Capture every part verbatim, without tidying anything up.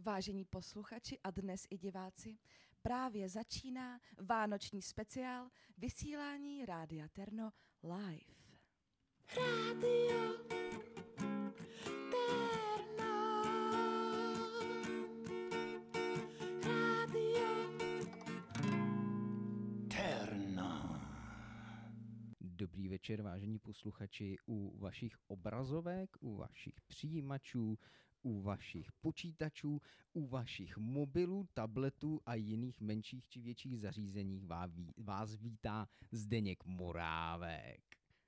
Vážení posluchači a dnes i diváci, právě začíná vánoční speciál vysílání Rádia Terno live. Rádio Terno. Rádio Terno. Dobrý večer, vážení posluchači, u vašich obrazovek, u vašich přijímačů, u vašich počítačů, u vašich mobilů, tabletů a jiných menších či větších zařízeních vás vítá Zdeněk Morávek.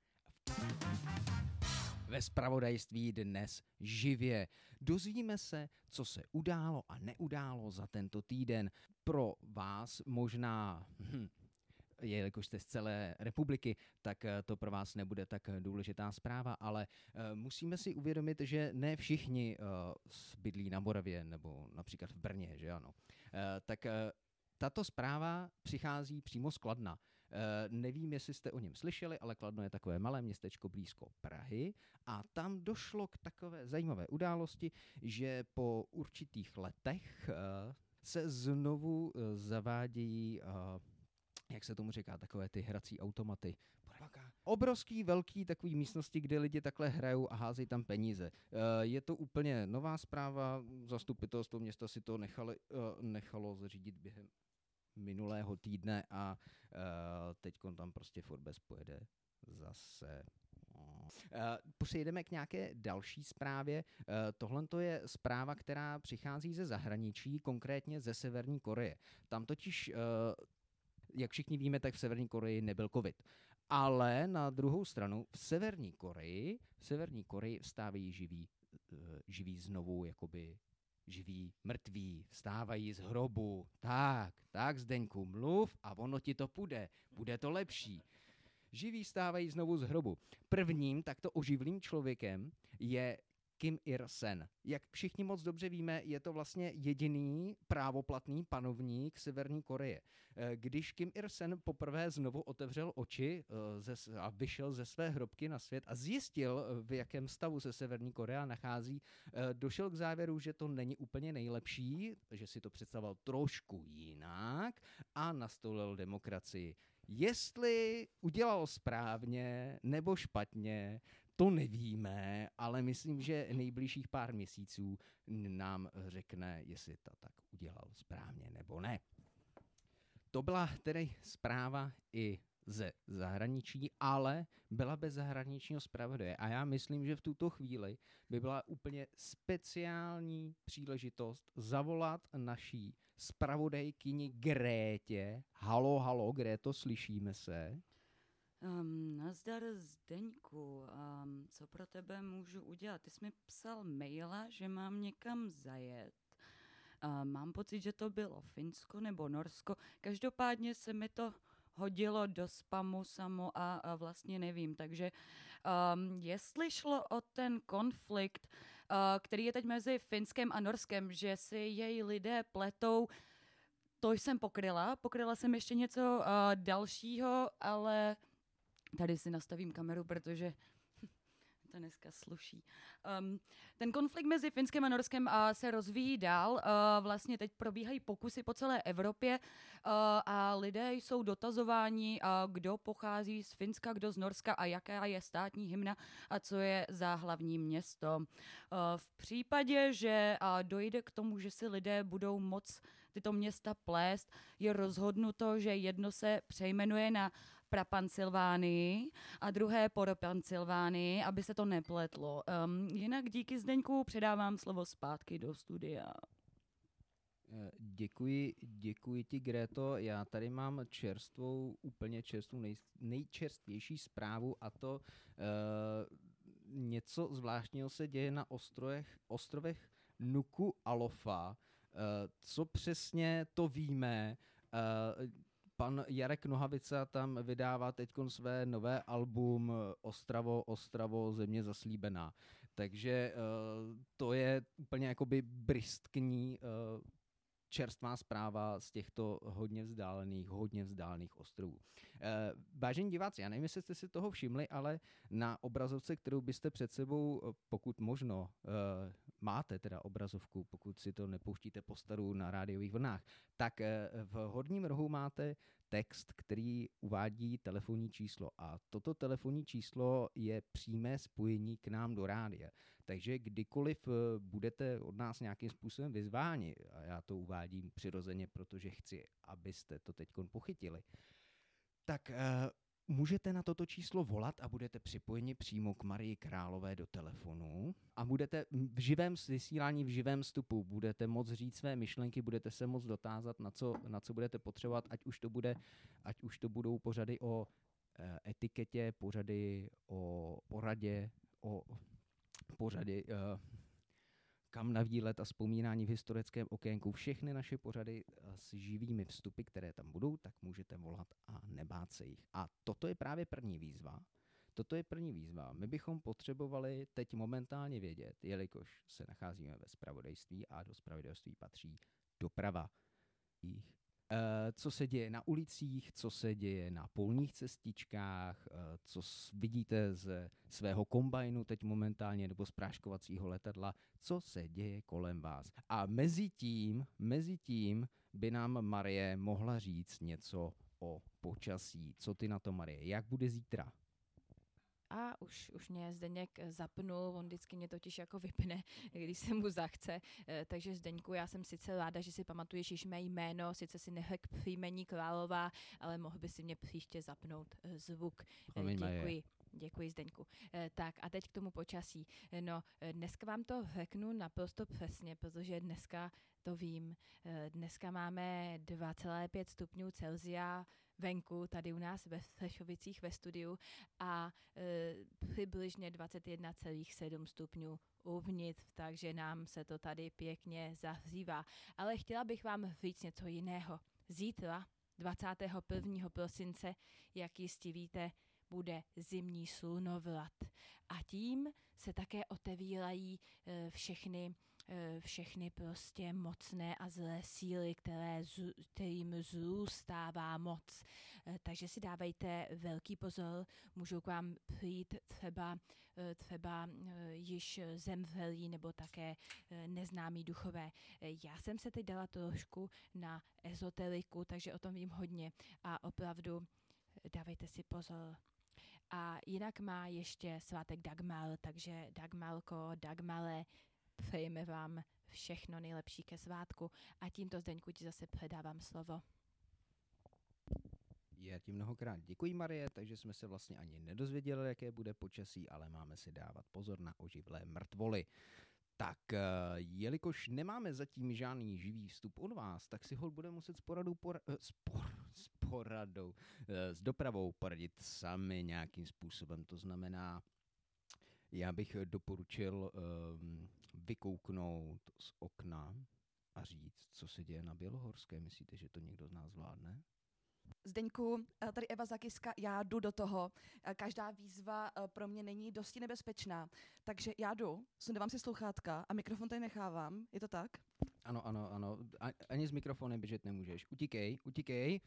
Ve zpravodajství dnes živě dozvíme se, co se událo a neudálo za tento týden. Pro vás možná... Hm, jelikož jste z celé republiky, tak to pro vás nebude tak důležitá zpráva, ale musíme si uvědomit, že ne všichni bydlí na Moravě nebo například v Brně, že ano. Tak tato zpráva přichází přímo z Kladna. Nevím, jestli jste o něm slyšeli, ale Kladno je takové malé městečko blízko Prahy a tam došlo k takové zajímavé události, že po určitých letech se znovu zavádějí... jak se tomu říká, takové ty hrací automaty. Obrovský, velký takový místnosti, kde lidi takhle hrajou a házejí tam peníze. Je to úplně nová zpráva, zastupitelstvo města si to nechali, nechalo zařídit během minulého týdne a teď tam prostě Forbes pojede zase. Přejdeme k nějaké další zprávě. Tohle je zpráva, která přichází ze zahraničí, konkrétně ze Severní Koreje. Tam totiž... Jak všichni víme, tak v Severní Koreji nebyl covid. Ale na druhou stranu v Severní Koreji, v Severní Koreji vstávají živí, živí znovu, jakoby živí mrtví, vstávají z hrobu. Tak, tak Zdeňku, mluv a ono ti to půjde, bude to lepší. Živí vstávají znovu z hrobu. Prvním takto oživlým člověkem je Kim Il-sen. Jak všichni moc dobře víme, je to vlastně jediný právoplatný panovník Severní Koreje. Když Kim Il-sen poprvé znovu otevřel oči a vyšel ze své hrobky na svět a zjistil, v jakém stavu se Severní Korea nachází, došel k závěru, že to není úplně nejlepší, že si to představoval trošku jinak a nastolil demokracii. Jestli udělal správně nebo špatně, to nevíme, ale myslím, že nejbližších pár měsíců nám řekne, jestli to tak udělal správně nebo ne. To byla tedy zpráva i ze zahraničí, ale byla bez zahraničního zpravodaje. A já myslím, že v tuto chvíli by byla úplně speciální příležitost zavolat naší zpravodajkyni Grétě. Halo, halo, Gréto, slyšíme se? Um, nazdar Zdeňku, um, co pro tebe můžu udělat? Ty jsi mi psal maila, že mám někam zajet. Uh, mám pocit, že to bylo Finsko nebo Norsko. Každopádně se mi to hodilo do spamu samo a, a vlastně nevím. Takže um, jestli šlo o ten konflikt, uh, který je teď mezi Finskem a Norskem, že si jej lidé pletou, to jsem pokryla. Pokryla jsem ještě něco uh, dalšího, ale... Tady si nastavím kameru, protože to dneska sluší. Um, ten konflikt mezi Finskem a Norskem uh, se rozvíjí dál. Uh, vlastně teď probíhají pokusy po celé Evropě uh, a lidé jsou dotazováni, uh, kdo pochází z Finska, kdo z Norska a jaká je státní hymna a co je za hlavní město. Uh, v případě, že uh, dojde k tomu, že si lidé budou moc tyto města plést, je rozhodnuto, že jedno se přejmenuje na Prapansylvánii a druhé Poropansylvánii, aby se to nepletlo. Um, jinak díky Zdeňku předávám slovo zpátky do studia. Děkuji, děkuji ti, Gréto. Já tady mám čerstvou, úplně čerstvou, nej, nejčerstvější zprávu a to uh, něco zvláštního se děje na ostrovech, ostrovech Nuku Alofa. Uh, co přesně, to víme. Uh, Pan Jarek Nohavica tam vydává teď své nové album Ostravo, Ostravo, země zaslíbená. Takže uh, to je úplně jakoby bristkní uh, čerstvá zpráva z těchto hodně vzdálených, hodně vzdálených ostrovů. E, vážení diváci, já nevím, jestli jste si toho všimli, ale na obrazovce, kterou byste před sebou, pokud možno, e, máte teda obrazovku, pokud si to nepouštíte po staru na rádiových vlnách, tak v horním rohu máte text, který uvádí telefonní číslo. A toto telefonní číslo je přímé spojení k nám do rádia. Takže kdykoliv budete od nás nějakým způsobem vyzváni, a já to uvádím přirozeně, protože chci, abyste to teďkon pochytili, tak můžete na toto číslo volat a budete připojeni přímo k Marii Králové do telefonu a budete v živém vysílání, v živém vstupu, budete moct říct své myšlenky, budete se moct dotázat, na co, na co budete potřebovat, ať už to, bude, ať už to budou pořady o e, etiketě, pořady o poradě, o pořady e, kam na výlet a vzpomínání v historickém okénku. Všechny naše pořady s živými vstupy, které tam budou, tak můžete volat a nebát se jich. A toto je právě první výzva. Toto je první výzva. My bychom potřebovali teď momentálně vědět, jelikož se nacházíme ve zpravodajství a do zpravodajství patří doprava. Co se děje na ulicích, co se děje na polních cestičkách, co vidíte ze svého kombajnu teď momentálně nebo z práškovacího letadla, co se děje kolem vás. A mezi tím, mezi tím by nám Marie mohla říct něco o počasí. Co ty na to, Marie? Jak bude zítra? A už, už mě Zdeněk zapnul, on vždycky mě totiž jako vypne, když se mu zachce. Takže Zdeňku, já jsem sice ráda, že si pamatuješ již mé jméno, sice si nehlek příjmení Králová, ale mohl by si mě příště zapnout zvuk. Promiň, Děkuji. Marie. Děkuji, Zdeňku. Tak a teď k tomu počasí. No, dneska vám to řeknu naprosto přesně, protože dneska to vím. Dneska máme dva celá pět stupňů Celsia venku, tady u nás ve Střešovicích ve studiu a e, přibližně dvacet jedna celá sedm stupňů uvnitř, takže nám se to tady pěkně zahřívá. Ale chtěla bych vám říct něco jiného. Zítra, dvacátého prvního prosince, jak jistě víte, bude zimní slunovrat. A tím se také otevírají e, všechny všechny prostě mocné a zlé síly, které, kterým zrůstává moc. Takže si dávejte velký pozor, můžou k vám přijít třeba, třeba již zemřelí nebo také neznámí duchové. Já jsem se teď dala trošku na ezoteriku, takže o tom vím hodně a opravdu dávejte si pozor. A jinak má ještě svátek Dagmar, takže Dagmarko, Dagmare, přejeme vám všechno nejlepší ke svátku a tímto, Zdeňku, ti zase předávám slovo. Já ti mnohokrát děkuji, Marie, takže jsme se vlastně ani nedozvěděli, jaké bude počasí, ale máme si dávat pozor na oživlé mrtvoly. Tak, jelikož nemáme zatím žádný živý vstup od vás, tak si ho budeme muset s poradou, por, spor, s poradou, s dopravou poradit sami nějakým způsobem. To znamená, já bych doporučil um, vykouknout z okna a říct, co se děje na Bělohorské. Myslíte, že to někdo z nás zvládne? Zdeňku, tady Eva Zakiska, já jdu do toho. Každá výzva pro mě není dosti nebezpečná, takže já jdu, sundávám si sluchátka a mikrofon tady nechávám, je to tak? Ano, ano, ano, ani s mikrofonem běžet nemůžeš. Utíkej, utíkej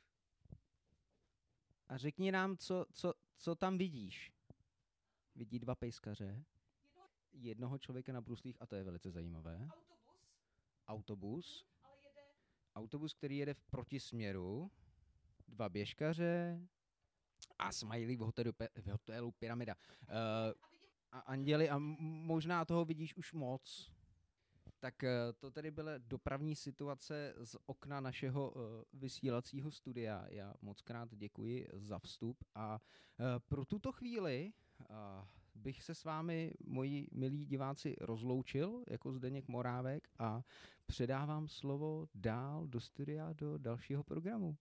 a řekni nám, co, co, co tam vidíš. Vidí dva pejskaře, jednoho člověka na bruslích a to je velice zajímavé. Autobus. Autobus. Hmm, ale jede... Autobus, který jede v protisměru. Dva běžkaře a smajlí v hotelu, v hotelu Pyramida. Uh, a anděli a možná toho vidíš už moc. Tak uh, to tedy byla dopravní situace z okna našeho uh, vysílacího studia. Já moc krát děkuji za vstup a uh, pro tuto chvíli uh, bych se s vámi, moji milí diváci, rozloučil jako Zdeněk Morávek a předávám slovo dál do studia do dalšího programu.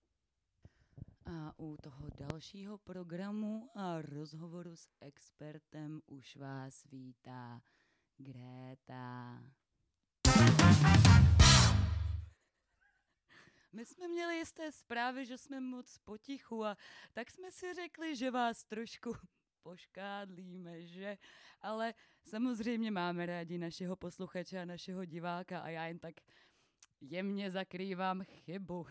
A u toho dalšího programu a rozhovoru s expertem už vás vítá Gréta. My jsme měli jisté zprávy, že jsme moc potichu a tak jsme si řekli, že vás trošku poškádlíme, že? Ale samozřejmě máme rádi našeho posluchače a našeho diváka a já jen tak jemně zakrývám chybu.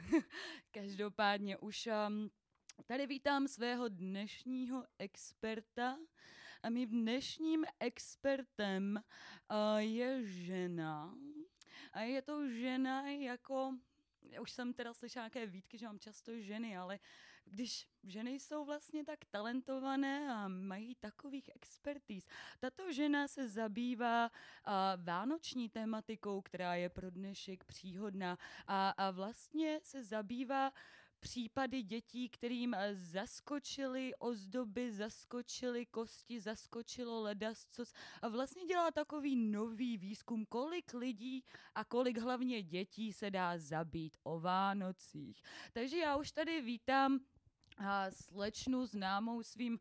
Každopádně už um, tady vítám svého dnešního experta A mým dnešním expertem uh, je žena. A je to žena jako, já už jsem teda slyšela nějaké výtky, že mám často ženy, ale když ženy jsou vlastně tak talentované a mají takových expertíz. Tato žena se zabývá uh, vánoční tematikou, která je pro dnešek příhodná a, a vlastně se zabývá případy dětí, kterým zaskočily ozdoby, zaskočily kosti, zaskočilo ledascos a vlastně dělá takový nový výzkum, kolik lidí a kolik hlavně dětí se dá zabít o Vánocích. Takže já už tady vítám a slečnu známou svým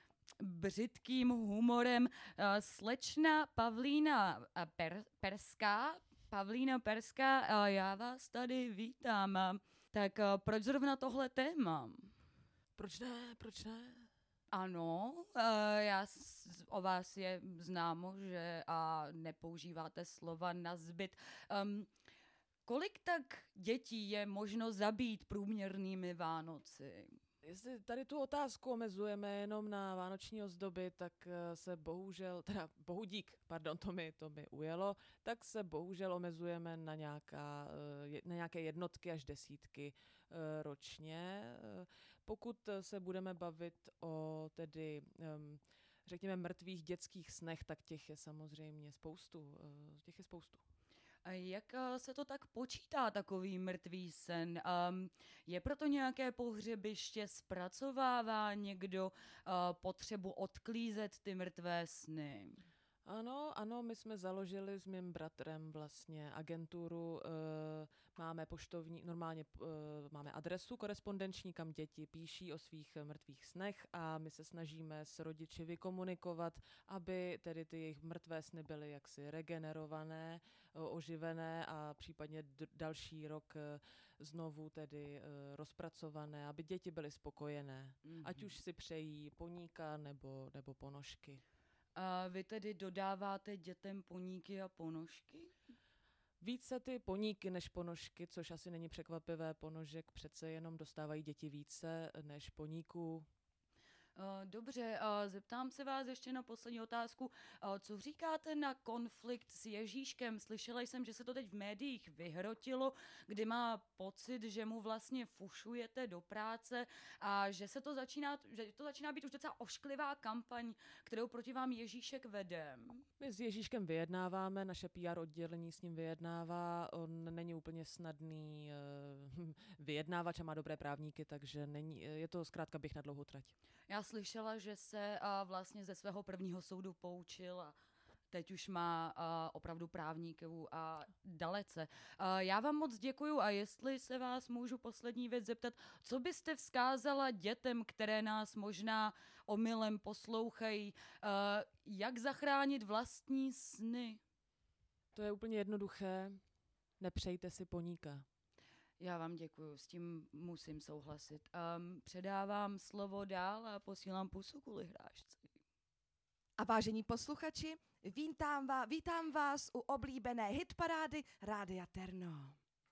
břitkým humorem, a slečna Pavlína per, Perská. Pavlína Perská, a já vás tady vítám. Tak a proč zrovna tohle téma? Proč ne, proč ne? Ano, já s, o vás je známo, že a nepoužíváte slova nazbyt. Um, kolik tak dětí je možno zabít průměrnými Vánoci? Jestli tady tu otázku omezujeme jenom na vánoční ozdoby, tak se bohužel, teda bohudík, pardon, to mi, to mi ujelo, tak se bohužel omezujeme na, nějaká, na nějaké jednotky až desítky ročně. Pokud se budeme bavit o tedy, řekněme, mrtvých dětských snech, tak těch je samozřejmě spoustu. Těch je spoustu. A jak se to tak počítá, takový mrtvý sen? Um, je proto nějaké pohřebiště, zpracovává někdo uh, potřebu odklízet ty mrtvé sny? Ano, ano, my jsme založili s mým bratrem vlastně agenturu, e, máme poštovní, normálně e, máme adresu korespondenční, kam děti píší o svých mrtvých snech a my se snažíme s rodiči vykomunikovat, aby tedy ty jejich mrtvé sny byly jaksi regenerované, o, oživené a případně d- další rok e, znovu tedy e, rozpracované, aby děti byly spokojené, mm-hmm. ať už si přejí poníka nebo, nebo ponožky. A vy tedy dodáváte dětem poníky a ponožky? Více ty poníky než ponožky, což asi není překvapivé, ponožek přece jenom dostávají děti více než poníků. Dobře, zeptám se vás ještě na poslední otázku. Co říkáte na konflikt s Ježíškem? Slyšela jsem, že se to teď v médiích vyhrotilo, kdy má pocit, že mu vlastně fušujete do práce a že se to začíná, že to začíná být už docela ošklivá kampaň, kterou proti vám Ježíšek vede. My s Ježíškem vyjednáváme, naše P R oddělení s ním vyjednává, on není úplně snadný uh, vyjednávač a má dobré právníky, takže není, je to zkrátka běh na dlouhou trať. Já slyšela, že se uh, vlastně ze svého prvního soudu poučil a teď už má uh, opravdu právníků a dalece. Uh, já vám moc děkuju a jestli se vás můžu poslední věc zeptat, co byste vzkázala dětem, které nás možná omylem poslouchají, uh, jak zachránit vlastní sny? To je úplně jednoduché, nepřejte si poníka. Já vám děkuju, s tím musím souhlasit. Um, předávám slovo dál a posílám pusu kvůli hrášce. A vážení posluchači, vítám vás, vítám vás u oblíbené hitparády Rádia Terno.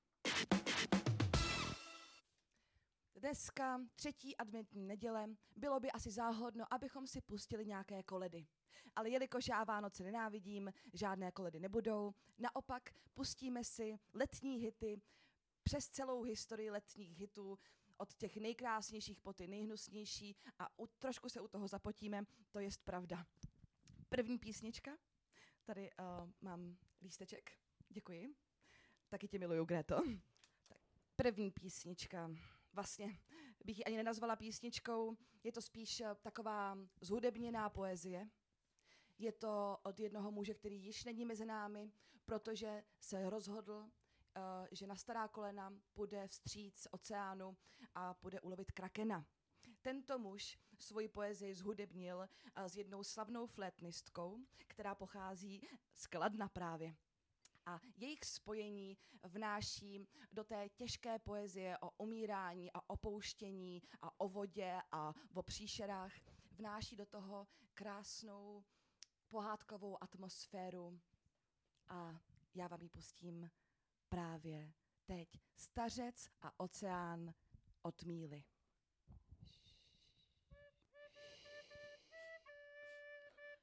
Dneska, třetí adventní neděle, bylo by asi záhodno, abychom si pustili nějaké koledy. Ale jelikož já Vánoce nenávidím, žádné koledy nebudou, naopak pustíme si letní hity přes celou historii letních hitů, od těch nejkrásnějších po ty nejhnusnější a u, trošku se u toho zapotíme, to jest pravda. První písnička, tady uh, mám lísteček, děkuji, taky tě miluju, Greto. Tak, první písnička, vlastně bych ji ani nenazvala písničkou, je to spíš uh, taková zhudebněná poezie. Je to od jednoho muže, který již není mezi námi, protože se rozhodl, Uh, že na stará kolena půjde vstříc oceánu a půjde ulovit krakena. Tento muž svoji poezii zhudebnil uh, s jednou slavnou flétnistkou, která pochází z Kladna právě. A jejich spojení vnáší do té těžké poezie o umírání a opouštění a o vodě a o příšerách, vnáší do toho krásnou pohádkovou atmosféru a já vám ji pustím právě teď. Stařec a oceán od Míly.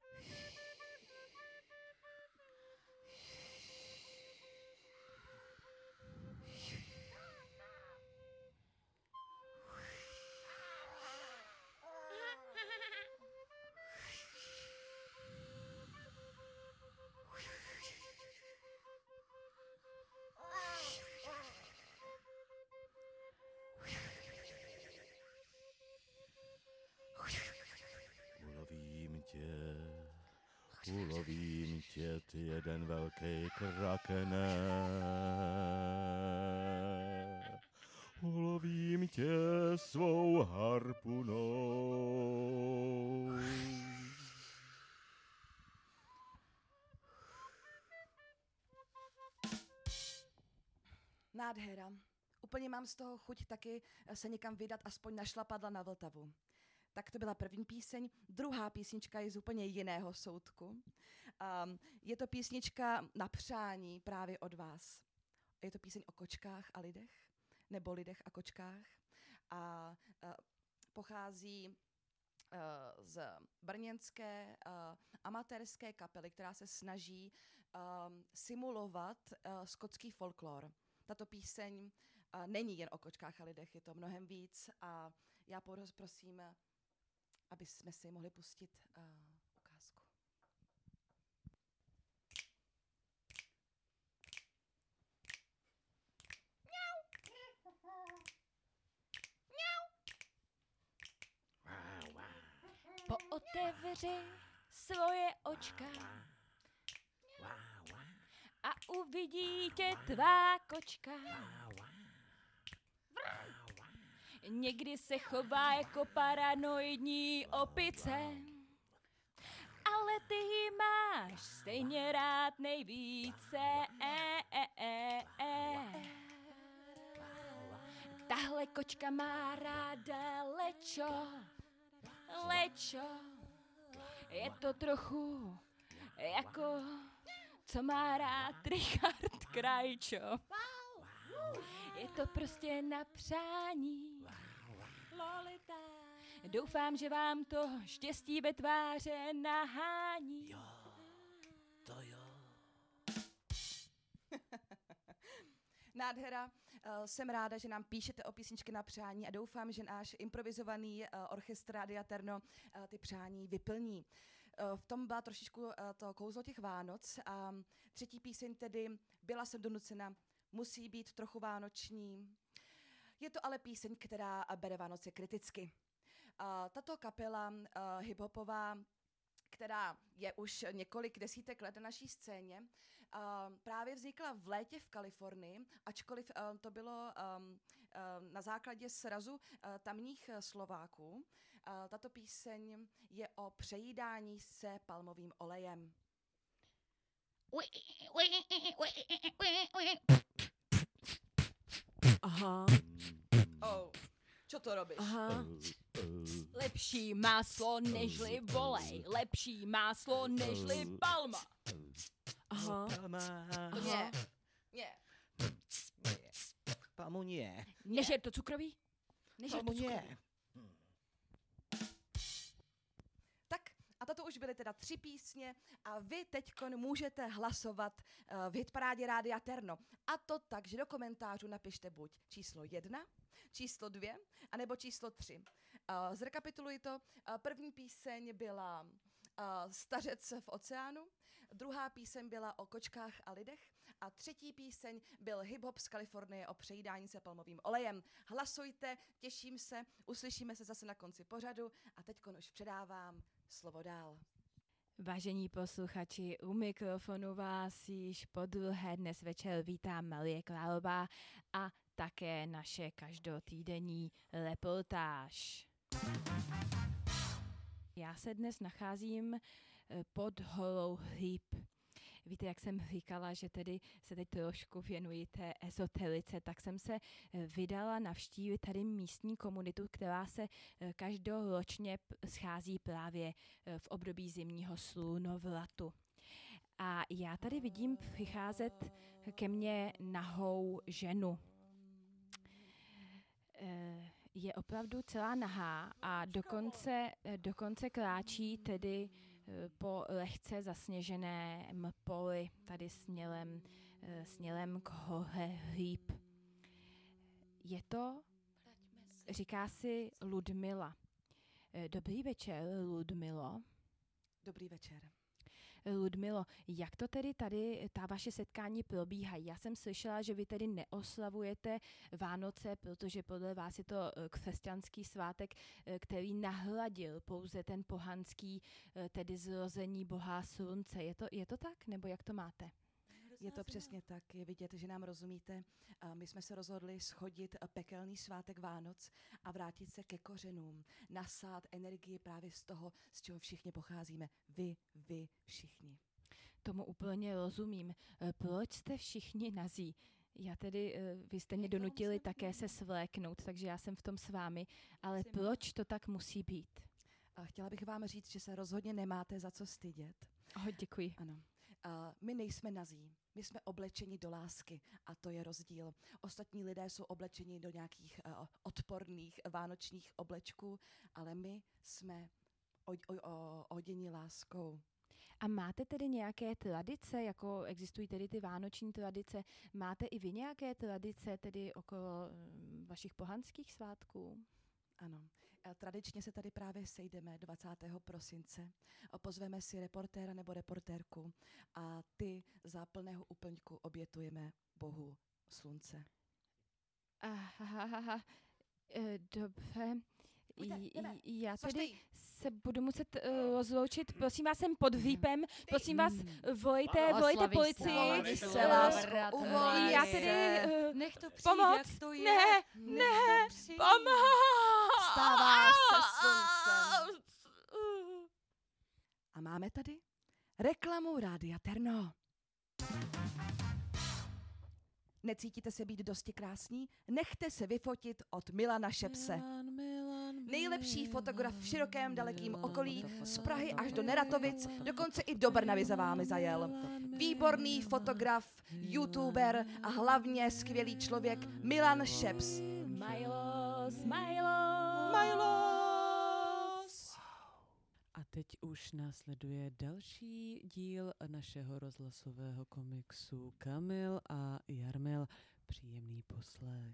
ulovím tě, ty jeden velký krakene. Ulovím tě svou harpunou. Nádhera. Úplně mám z toho chuť taky se někam vydat, aspoň na šlapadla na Vltavu. Tak to byla první píseň. Druhá písnička je z úplně jiného soudku. Um, je to písnička na přání právě od vás. Je to píseň o kočkách a lidech, nebo lidech a kočkách. A uh, pochází uh, z brněnské uh, amatérské kapely, která se snaží um, simulovat uh, skotský folklor. Tato píseň uh, není jen o kočkách a lidech, je to mnohem víc a já prosím, aby jsme si mohli pustit uh, ukázku. Pootevři svoje očka a uvidí tě tvá kočka. Někdy se chová jako paranoidní opice, ale ty ji máš stejně rád nejvíce. E, e, e, e. Tahle kočka má ráda lečo, lečo. Je to trochu jako, co má rád Richard Krajčo. Je to prostě na přání. Lolita. Doufám, že vám to štěstí ve tváře nahání. Jo, to jo. Nádhera. Uh, jsem ráda, že nám píšete o písničky na přání a doufám, že náš improvizovaný uh, orchestr Rádia Terno uh, ty přání vyplní. Uh, v tom byla trošičku uh, to kouzlo těch Vánoc a třetí píseň tedy Byla jsem donucena, musí být trochu vánoční. Je to ale píseň, která bere Vánoce kriticky. Uh, tato kapela uh, hiphopová, která je už několik desítek let na naší scéně, uh, právě vznikla v létě v Kalifornii, ačkoliv uh, to bylo um, uh, na základě srazu uh, tamních Slováků. Uh, tato píseň je o přejídání se palmovým olejem. Aha. Oh, čo to robíš? Aha. Lepší máslo nežli volej, lepší máslo nežli palma. Aha. Nie, nie. Palmu nie. Než je to cukrový? Než je to Palmu cukrový? nie. Tak a toto už byly teda tři písně a vy teďkon můžete hlasovat uh, v hitparádě Rádia Terno. A to tak, že do komentářů napište buď číslo jedna, číslo dvě, anebo číslo tři. Uh, zrekapituluji to. Uh, první píseň byla uh, Stařec v oceánu, druhá píseň byla o kočkách a lidech a třetí píseň byl hip-hop z Kalifornie o přejídání se palmovým olejem. Hlasujte, těším se, uslyšíme se zase na konci pořadu a teďkon už předávám slovo dál. Vážení posluchači, u mikrofonu vás již podruhé dnes večer vítá Marie Králová a také naše každotýdenní reportáž. Já se dnes nacházím pod holou Hříb. Víte, jak jsem říkala, že tedy se teď trošku věnuji té ezoterice, tak jsem se vydala navštívit tady místní komunitu, která se každoročně schází právě v období zimního slunovratu. A já tady vidím přicházet ke mně nahou ženu. Je opravdu celá nahá a dokonce, dokonce kráčí tedy po lehce zasněženém poli, tady směrem, směrem k hoře Hříb. Je to, říká si Ludmila. Dobrý večer, Ludmilo. Dobrý večer. Ludmilo, jak to tedy tady, ta vaše setkání probíhají? Já jsem slyšela, že vy tedy neoslavujete Vánoce, protože podle vás je to křesťanský svátek, který nahradil pouze ten pohanský, tedy zrození boha slunce. Je to, je to tak, nebo jak to máte? Je to přesně tak, je vidět, že nám rozumíte. A my jsme se rozhodli schodit pekelný svátek Vánoc a vrátit se ke kořenům, nasát energii právě z toho, z čeho všichni pocházíme. Vy, vy, všichni. Tomu úplně rozumím. Proč jste všichni nazí? Já tedy, vy jste mě donutili také se svléknout, takže já jsem v tom s vámi, ale proč to tak musí být? A chtěla bych vám říct, že se rozhodně nemáte za co stydět. Oh, děkuji. Ano. A my nejsme nazí, my jsme oblečeni do lásky a to je rozdíl. Ostatní lidé jsou oblečeni do nějakých uh, odporných vánočních oblečků, ale my jsme o, o, o, oděni láskou. A máte tedy nějaké tradice, jako existují tedy ty vánoční tradice, máte i vy nějaké tradice tedy okolo um, vašich pohanských svátků? Ano. Tradičně se tady právě sejdeme dvacátého prosince. Pozveme si reportéra nebo reportérku a ty za plného úplňku obětujeme Bohu slunce. Aha, dobře. Pojďte, Já tedy se budu muset uh, rozloučit. Prosím vás, jsem pod výpem. Prosím vás, volejte, volejte policii. Se, lásko, uvolni Já tedy... Uh, Nech to přijít, pomoc. jak to je. Ne, ne, pomoc. Stává se sluncem. A máme tady reklamu Rádia Terno. Necítíte se být dosti krásní? Nechte se vyfotit od Milana Šepse. Milan, Milan, Nejlepší fotograf v širokém dalekým Milan, okolí, Milan, z Prahy až do Neratovic, dokonce i do Brnavy za vámi zajel. Výborný fotograf, youtuber a hlavně skvělý člověk Milan Šeps. Milos, Milos. Milos! A teď už následuje další díl našeho rozhlasového komiksu Kamil a Jarmil. Příjemný poslech.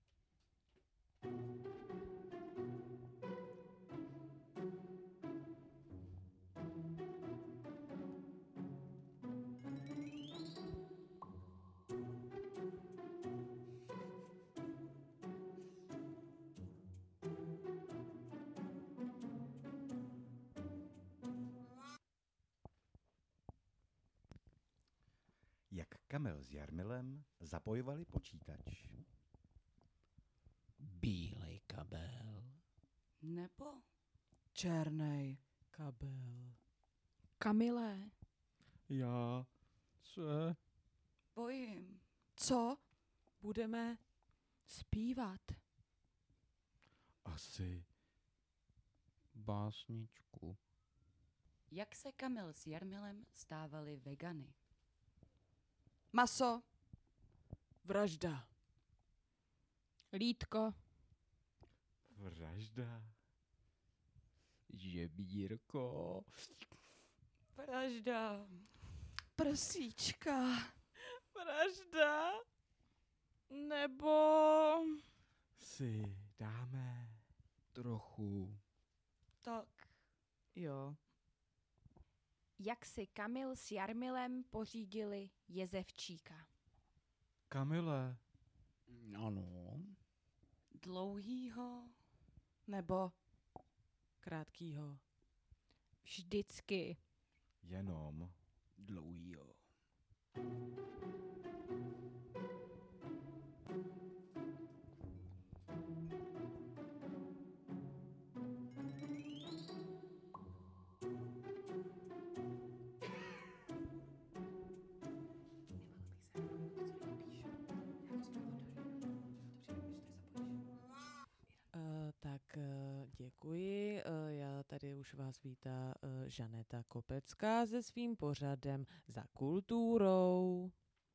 Jak Kamil s Jarmilem zapojovali počítač. Bílej kabel. Nebo? Černej. Kabel. Kamile. Já se... Bojím. Co? Budeme Zpívat. Asi... Básničku. Jak se Kamil s Jarmilem stávali vegany? Maso. vražda. Lítko. Vražda. Žebírko. Vražda. Prsíčka. Vražda. Nebo... Si dáme... Trochu. Tak. Jo. Jak si Kamil s Jarmilem pořídili jezevčíka? Kamile. Ano. Dlouhýho. Nebo Krátkýho. Vždycky. Jenom. Dlouhýho. Tak děkuji. Já tady už vás vítá Žaneta Kopecká se svým pořadem Za kulturou.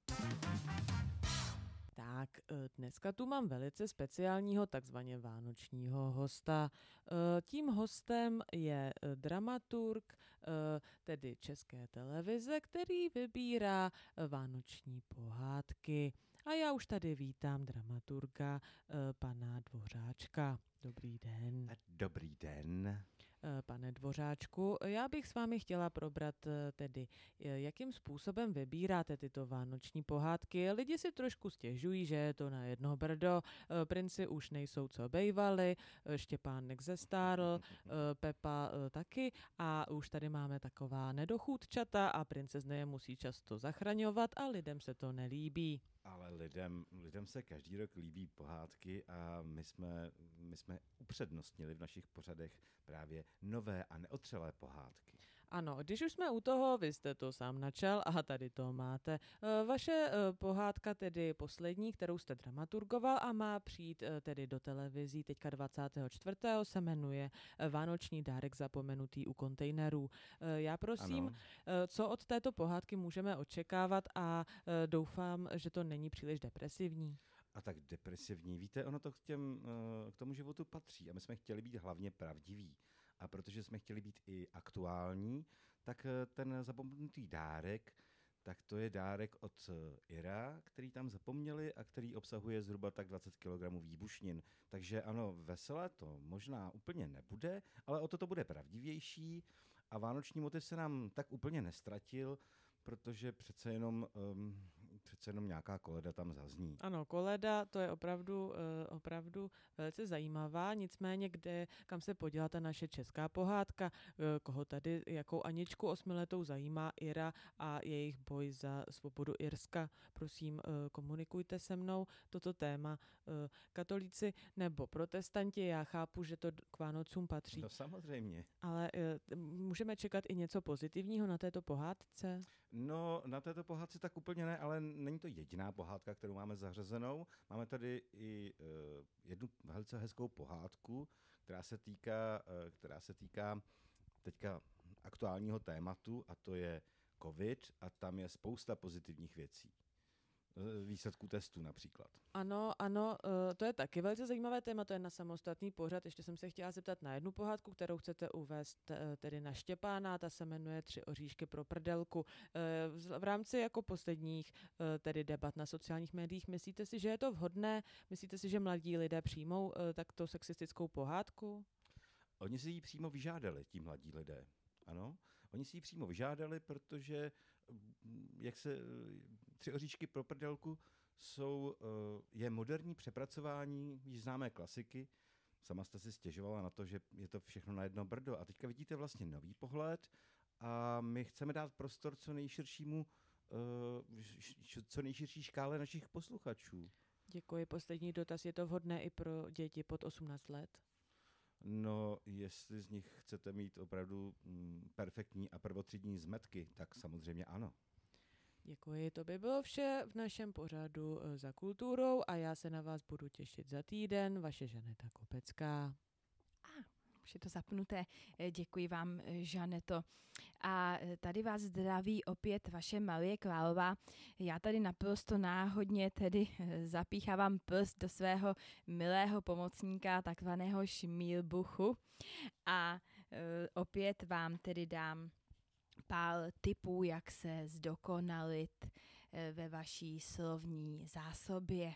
Tak dneska tu mám velice speciálního, takzvaně vánočního hosta. Tím hostem je dramaturg, tedy České televize, který vybírá vánoční pohádky. A já už tady vítám dramaturga pana Dvořáčka. Dobrý den. Dobrý den. Pane Dvořáčku, já bych s vámi chtěla probrat tedy, jakým způsobem vybíráte tyto vánoční pohádky. Lidi si trošku stěžují, že je to na jedno brdo, princi už nejsou, co bejvali, Štěpánek zestárl, Pepa taky a už tady máme taková nedochůdčata a princezny je musí často zachraňovat a lidem se to nelíbí. Ale lidem, lidem se každý rok líbí pohádky a my jsme, my jsme upřednostnili v našich pořadech právě nové a neotřelé pohádky. Ano, když už jsme u toho, vy jste to sám načal a tady to máte. Vaše pohádka, tedy poslední, kterou jste dramaturgoval a má přijít tedy do televizí teďka dvacátého čtvrtého se jmenuje Vánoční dárek zapomenutý u kontejnerů. Já prosím, ano. Co od této pohádky můžeme očekávat a doufám, že to není příliš depresivní. A tak depresivní, víte, ono to k, těm, k tomu životu patří a my jsme chtěli být hlavně pravdiví. A protože jsme chtěli být i aktuální, tak ten zapomenutý dárek, tak to je dárek od Ira, který tam zapomněli a který obsahuje zhruba tak dvacet kilogramů výbušnin. Takže ano, veselé to možná úplně nebude, ale o to to bude pravdivější a vánoční motiv se nám tak úplně nestratil, protože přece jenom, um, přece jenom nějaká koleda tam zazní. Ano, koleda, to je opravdu, uh, opravdu velice zajímavá, nicméně kde, kam se poděla ta naše česká pohádka, uh, koho tady, jakou Aničku osmiletou zajímá Ira a jejich boj za svobodu Irska. Prosím, uh, komunikujte se mnou toto téma. Uh, katolíci nebo protestanti, já chápu, že to k Vánocům patří. No samozřejmě. Ale uh, můžeme čekat i něco pozitivního na této pohádce? No, na této pohádce tak úplně ne, ale není to jediná pohádka, kterou máme zařazenou. Máme tady i uh, jednu velice hezkou pohádku, která se týká, uh, která se týká teďka aktuálního tématu, a to je covid, a tam je spousta pozitivních věcí. Výsledků testů například. Ano, ano, to je taky velice zajímavé téma, to je na samostatný pořad. Ještě jsem se chtěla zeptat na jednu pohádku, kterou chcete uvést tedy na Štěpána, ta se jmenuje Tři oříšky pro prdelku. V rámci jako posledních tedy debat na sociálních médiích, myslíte si, že je to vhodné? Myslíte si, že mladí lidé přijmou takto sexistickou pohádku? Oni si ji přímo vyžádali, ti mladí lidé. Ano, oni si ji přímo vyžádali, protože jak se Tři oříšky pro prdelku jsou, je moderní přepracování již známé klasiky. Sama jste si stěžovala na to, že je to všechno na jedno brdo. A teďka vidíte vlastně nový pohled a my chceme dát prostor co nejširšímu, co nejširší škále našich posluchačů. Děkuji. Poslední dotaz. Je to vhodné i pro děti pod osmnáct let? No, jestli z nich chcete mít opravdu mm, perfektní a prvotřídní zmetky, tak samozřejmě ano. Děkuji, to by bylo vše v našem pořadu Za kulturou a já se na vás budu těšit za týden. Vaše Žaneta Kopecká. A už je to zapnuté. Děkuji vám, Žaneto. A tady vás zdraví opět vaše Marie Králová. Já tady naprosto náhodně tedy zapíchávám prst do svého milého pomocníka, takzvaného šmílbuchu. A e, opět vám tedy dám pár tipů, jak se zdokonalit ve vaší slovní zásobě.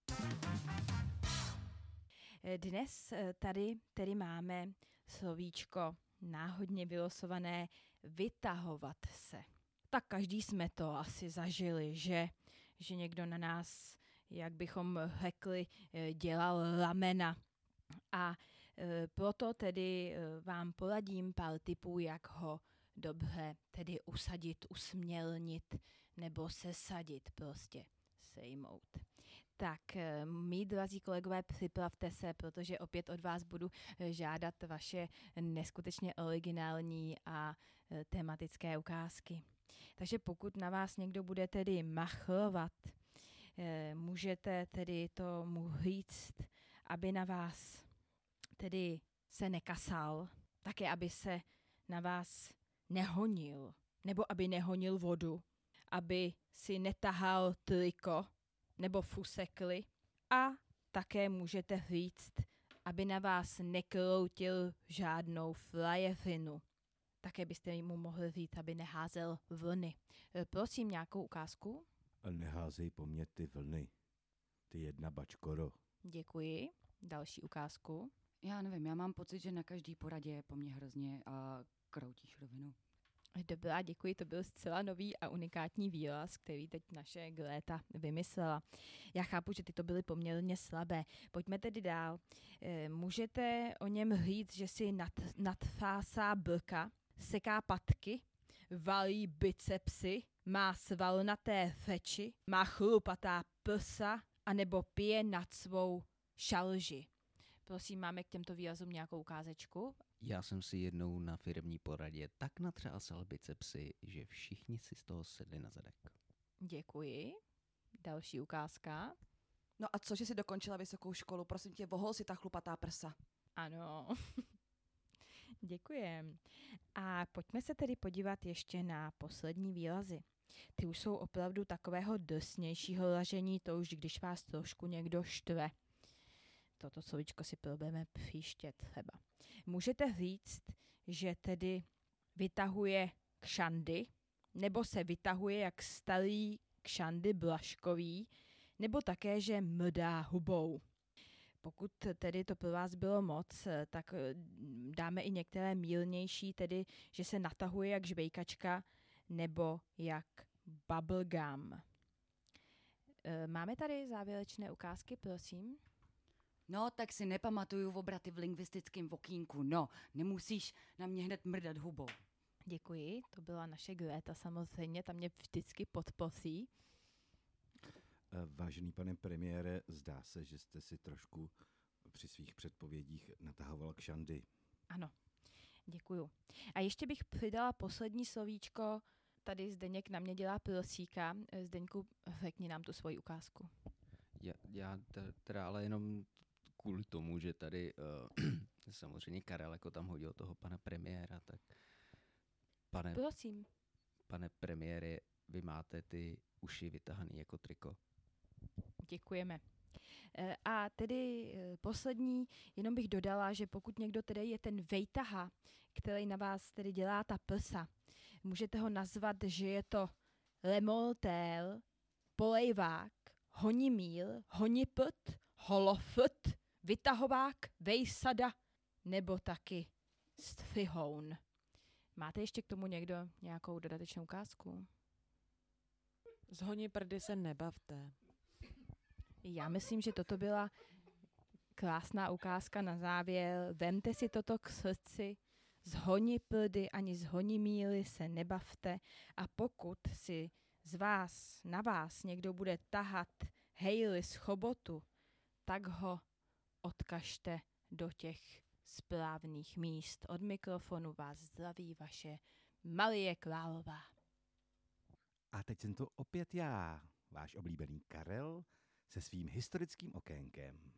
Dnes tady tedy máme slovíčko náhodně vylosované vytahovat se. Tak každý jsme to asi zažili, že, že někdo na nás, jak bychom řekli, dělal ramena. A e, proto tedy vám poradím pár tipů, jak ho dobře tedy usadit, usmělnit nebo sesadit, prostě sejmout. Tak, mý drazí kolegové, připravte se, protože opět od vás budu žádat vaše neskutečně originální a tematické ukázky. Takže pokud na vás někdo bude tedy machrovat, můžete tedy tomu říct, aby na vás tedy se nekasal, také aby se na vás nehonil, nebo aby nehonil vodu, aby si netahal triko nebo fusekly a také můžete říct, aby na vás nekroutil žádnou frajerinu. Také byste mu mohli říct, aby neházel vlny. Prosím, nějakou ukázku? A neházej po mně ty vlny, ty jedna bačkoro. Děkuji. Další ukázku. Já nevím, já mám pocit, že na každý poradě po mně hrozně uh, kroutíš rovinu. Dobrá, děkuji, to byl zcela nový a unikátní výraz, který teď naše Gléta vymyslela. Já chápu, že ty to byly poměrně slabé. Pojďme tedy dál. E, můžete o něm říct, že si nad, nadfásá blka, seká patky, valí bicepsy, má svalnaté feči, má chlupatá prsa, anebo pije nad svou šalži. Prosím, máme k těmto výrazům nějakou ukázečku? Já jsem si jednou na firmní poradě tak natřásal bicepsy, že všichni si z toho sedli na zadek. Děkuji. Další ukázka. No a co, že jsi dokončila vysokou školu? Prosím tě, vohol si ta chlupatá prsa. Ano. Děkujem. A pojďme se tedy podívat ještě na poslední výrazy. Ty už jsou opravdu takového drsnějšího lažení, to už když vás trošku někdo štve. Toto slovíčko si probujeme příště třeba. Můžete říct, že tedy vytahuje kšandy, nebo se vytahuje jak starý kšandy blaškový, nebo také, že mrdá hubou. Pokud tedy to pro vás bylo moc, tak dáme i některé mírnější, tedy, že se natahuje jak žvejkačka, nebo jak bubblegum. Máme tady závěrečné ukázky, prosím. No, tak si nepamatuju obraty v lingvistickém okýnku. No, nemusíš na mě hned mrdat hubou. Děkuji, to byla naše Gléta samozřejmě, tam mě vždycky podposí. Vážený pane premiére, zdá se, že jste si trošku při svých předpovědích natahoval kšandy. Ano, děkuju. A ještě bych přidala poslední slovíčko, tady Zdeněk na mě dělá prosíka. Zdeňku, řekni nám tu svoji ukázku. Já, já teda ale jenom kvůli tomu, že tady uh, samozřejmě Karel jako tam hodil toho pana premiéra, tak pane, Prosím. pane premiére, vy máte ty uši vytahaný jako triko. Děkujeme. A tedy poslední, jenom bych dodala, že pokud někdo tedy je ten vejtaha, který na vás tedy dělá ta prsa, můžete ho nazvat, že je to lemoltél, polejvák, honimíl, honiprt, holofrt, vytahovák, vejsada nebo taky stfihoun. Máte ještě k tomu někdo nějakou dodatečnou ukázku? Z honí prdy se nebavte. Já myslím, že toto byla krásná ukázka na závěr. Vemte si toto k srdci, z honiprdy ani z honimíly se nebavte a pokud si z vás, na vás někdo bude tahat hejly z chobotu, tak ho odkažte do těch správných míst. Od mikrofonu vás zdraví vaše Marie Králová. A teď jsem to opět já, váš oblíbený Karel, se svým historickým okénkem.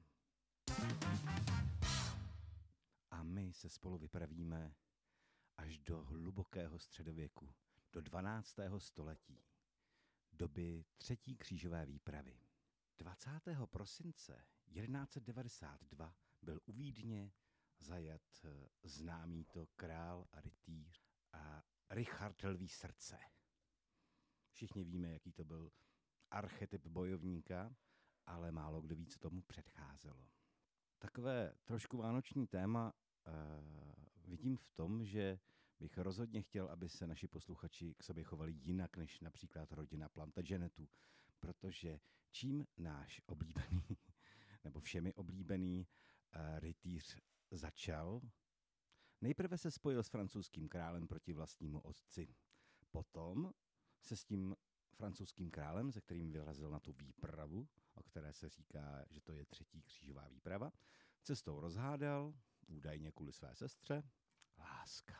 A my se spolu vypravíme až do hlubokého středověku, do dvanáctého století, doby třetí křížové výpravy. dvacátého prosince jedenáct set devadesát dva byl u Vídně zajat známý to král a rytíř a Richard Lví srdce. Všichni víme, jaký to byl archetyp bojovníka, ale málo kdo ví, co tomu předcházelo. Takové trošku vánoční téma uh, vidím v tom, že bych rozhodně chtěl, aby se naši posluchači k sobě chovali jinak, než například rodina Plantagenetů, protože čím náš oblíbený, nebo všemi oblíbený uh, rytíř začal, nejprve se spojil s francouzským králem proti vlastnímu otci. Potom se s tím francouzským králem, se kterým vyrazil na tu výpravu, o které se říká, že to je třetí křížová výprava, cestou rozhádal, údajně kvůli své sestře, láska.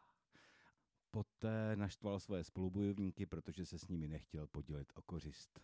Poté naštval svoje spolubojovníky, protože se s nimi nechtěl podělit o kořist.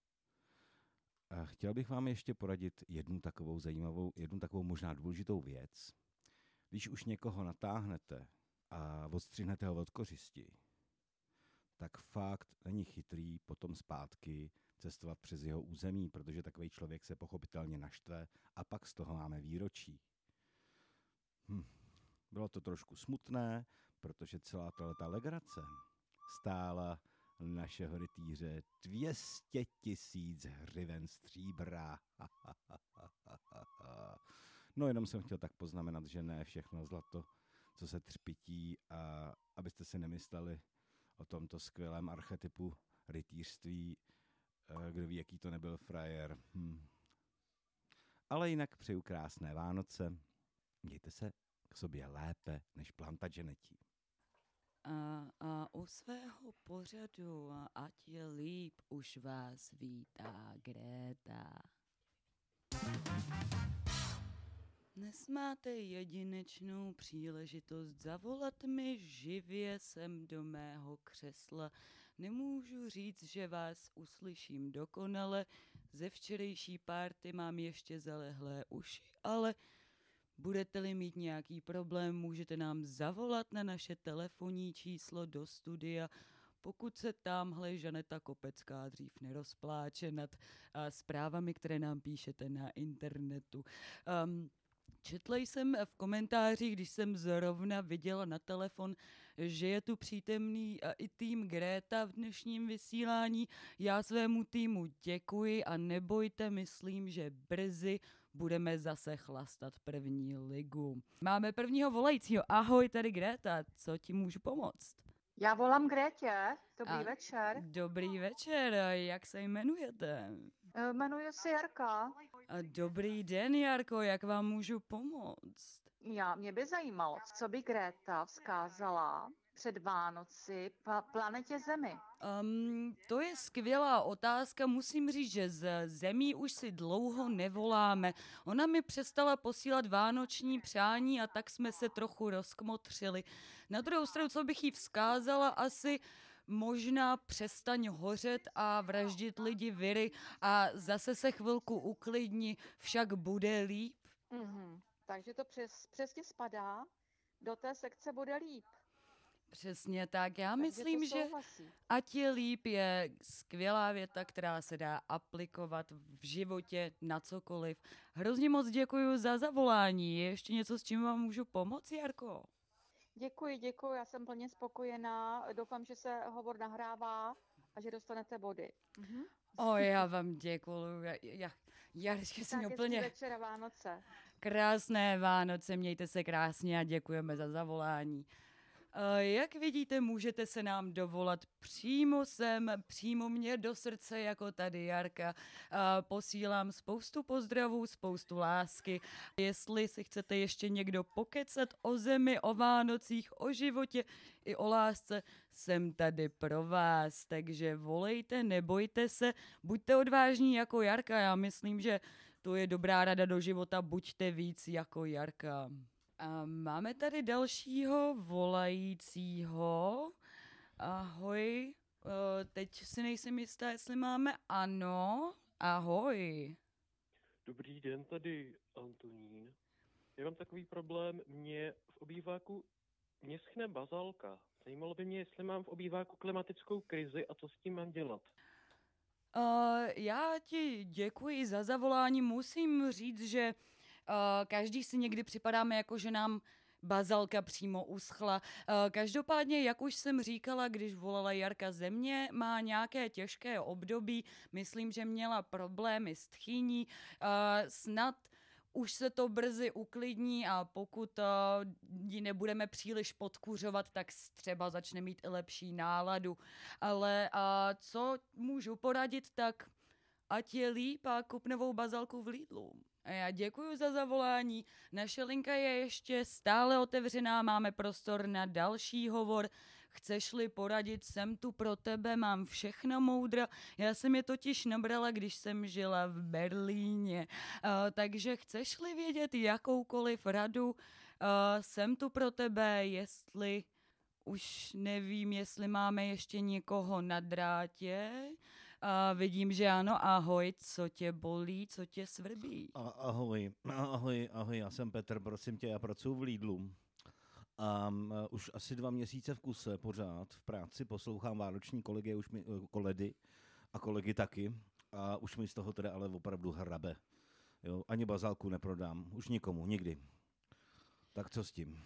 A chtěl bych vám ještě poradit jednu takovou zajímavou, jednu takovou možná důležitou věc. Když už někoho natáhnete a odstřihnete ho od kořisti, tak fakt není chytrý potom zpátky cestovat přes jeho území, protože takový člověk se pochopitelně naštve a pak z toho máme výročí. Hm. Bylo to trošku smutné, protože celá tato legrace stála našeho rytíře dvě stě tisíc hřiven stříbra. No jenom jsem chtěl tak poznamenat, že ne všechno zlato, co se třpití, a abyste si nemysleli o tomto skvělém archetypu rytířství, kdo ví, jaký to nebyl frajer. Hm. Ale jinak přeju krásné Vánoce. Mějte se k sobě lépe než Plantageneti. A, a u svého pořadu ať je líp, už vás vítá Greta. Dnes máte jedinečnou příležitost zavolat mi živě sem do mého křesla. Nemůžu říct, že vás uslyším dokonale, ze včerejší párty mám ještě zalehlé uši, ale budete-li mít nějaký problém, můžete nám zavolat na naše telefonní číslo do studia, pokud se tamhle Žaneta Kopecká dřív nerozpláče nad a, zprávami, které nám píšete na internetu. Um, Četla jsem v komentářích, když jsem zrovna viděla na telefon, že je tu přítomný i tým Greta v dnešním vysílání. Já svému týmu děkuji a nebojte, myslím, že brzy budeme zase chlastat první ligu. Máme prvního volajícího. Ahoj, tady Greta, co ti můžu pomoct? Já volám Grétě. Dobrý A večer. Dobrý večer, jak se jmenujete? Eh, Jmenuji se Jarka. A dobrý den, Jarko, jak vám můžu pomoct? Já, mě by zajímalo, co by Gréta vzkázala před Vánoci pa- planetě Zemi. Um, to je skvělá otázka. Musím říct, že z Zemí už si dlouho nevoláme. Ona mi přestala posílat vánoční přání a tak jsme se trochu rozkmotřili. Na druhou stranu, co bych jí vzkázala, asi možná přestaň hořet a vraždit lidi viry a zase se chvilku uklidni, však bude líp. Mhm. Takže to přes, přesně spadá do té sekce bude líp. Přesně tak. Já Takže myslím, to že souhlasí. ať je líp je skvělá věta, která se dá aplikovat v životě na cokoliv. Hrozně moc děkuji za zavolání. Je ještě něco, s čím vám můžu pomoct, Jarko? Děkuji, děkuji, já jsem plně spokojená. Doufám, že se hovor nahrává a že dostanete body. Mhm. O, já vám děkuju. Já, já, já vždycky jsem Tak hezký úplně večer a Vánoce. krásné Vánoce, mějte se krásně a děkujeme za zavolání. Eh, Jak vidíte, můžete se nám dovolat přímo sem, přímo mě do srdce, jako tady Jarka. Eh, Posílám spoustu pozdravů, spoustu lásky. Jestli si chcete ještě někdo pokecat o zemi, o Vánocích, o životě i o lásce, jsem tady pro vás. Takže volejte, nebojte se, buďte odvážní jako Jarka. Já myslím, že to je dobrá rada do života, buďte víc jako Jarka. A máme tady dalšího volajícího. Ahoj. Uh, teď si nejsem jistá, jestli máme ano. Ahoj. Dobrý den, tady Antonín. Já mám takový problém, mě v obýváku mě schne bazalka. Zajímalo by mě, jestli mám v obýváku klimatickou krizi a co s tím mám dělat. Uh, já ti děkuji za zavolání. Musím říct, že uh, každý si někdy připadáme, jako že nám bazalka přímo uschla. Uh, každopádně, jak už jsem říkala, když volala Jarka ze mě, má nějaké těžké období. Myslím, že měla problémy s tchýní. Uh, snad už se to brzy uklidní a pokud uh, ji nebudeme příliš podkuřovat, tak s- třeba začne mít i lepší náladu. Ale uh, co můžu poradit, tak ať je líp a kup novou bazalku v Lidlu. A já děkuji za zavolání. Naše linka je ještě stále otevřená, máme prostor na další hovor. Chceš-li poradit, jsem tu pro tebe, mám všechna moudra. Já jsem je totiž nabrala, když jsem žila v Berlíně. Uh, takže chceš-li vědět jakoukoliv radu, uh, jsem tu pro tebe, jestli už nevím, jestli máme ještě někoho na drátě. Uh, vidím, že ano. Ahoj, co tě bolí, co tě svrbí? A, ahoj, ahoj, ahoj, já jsem Petr, prosím tě, já pracuji v Lidlu. Um, už asi dva měsíce v kuse pořád v práci poslouchám vánoční kolegy, už mi, koledy a kolegy taky. A už mi z toho teda ale opravdu hrabe. Jo, ani bazálku neprodám, už nikomu, nikdy. Tak co s tím?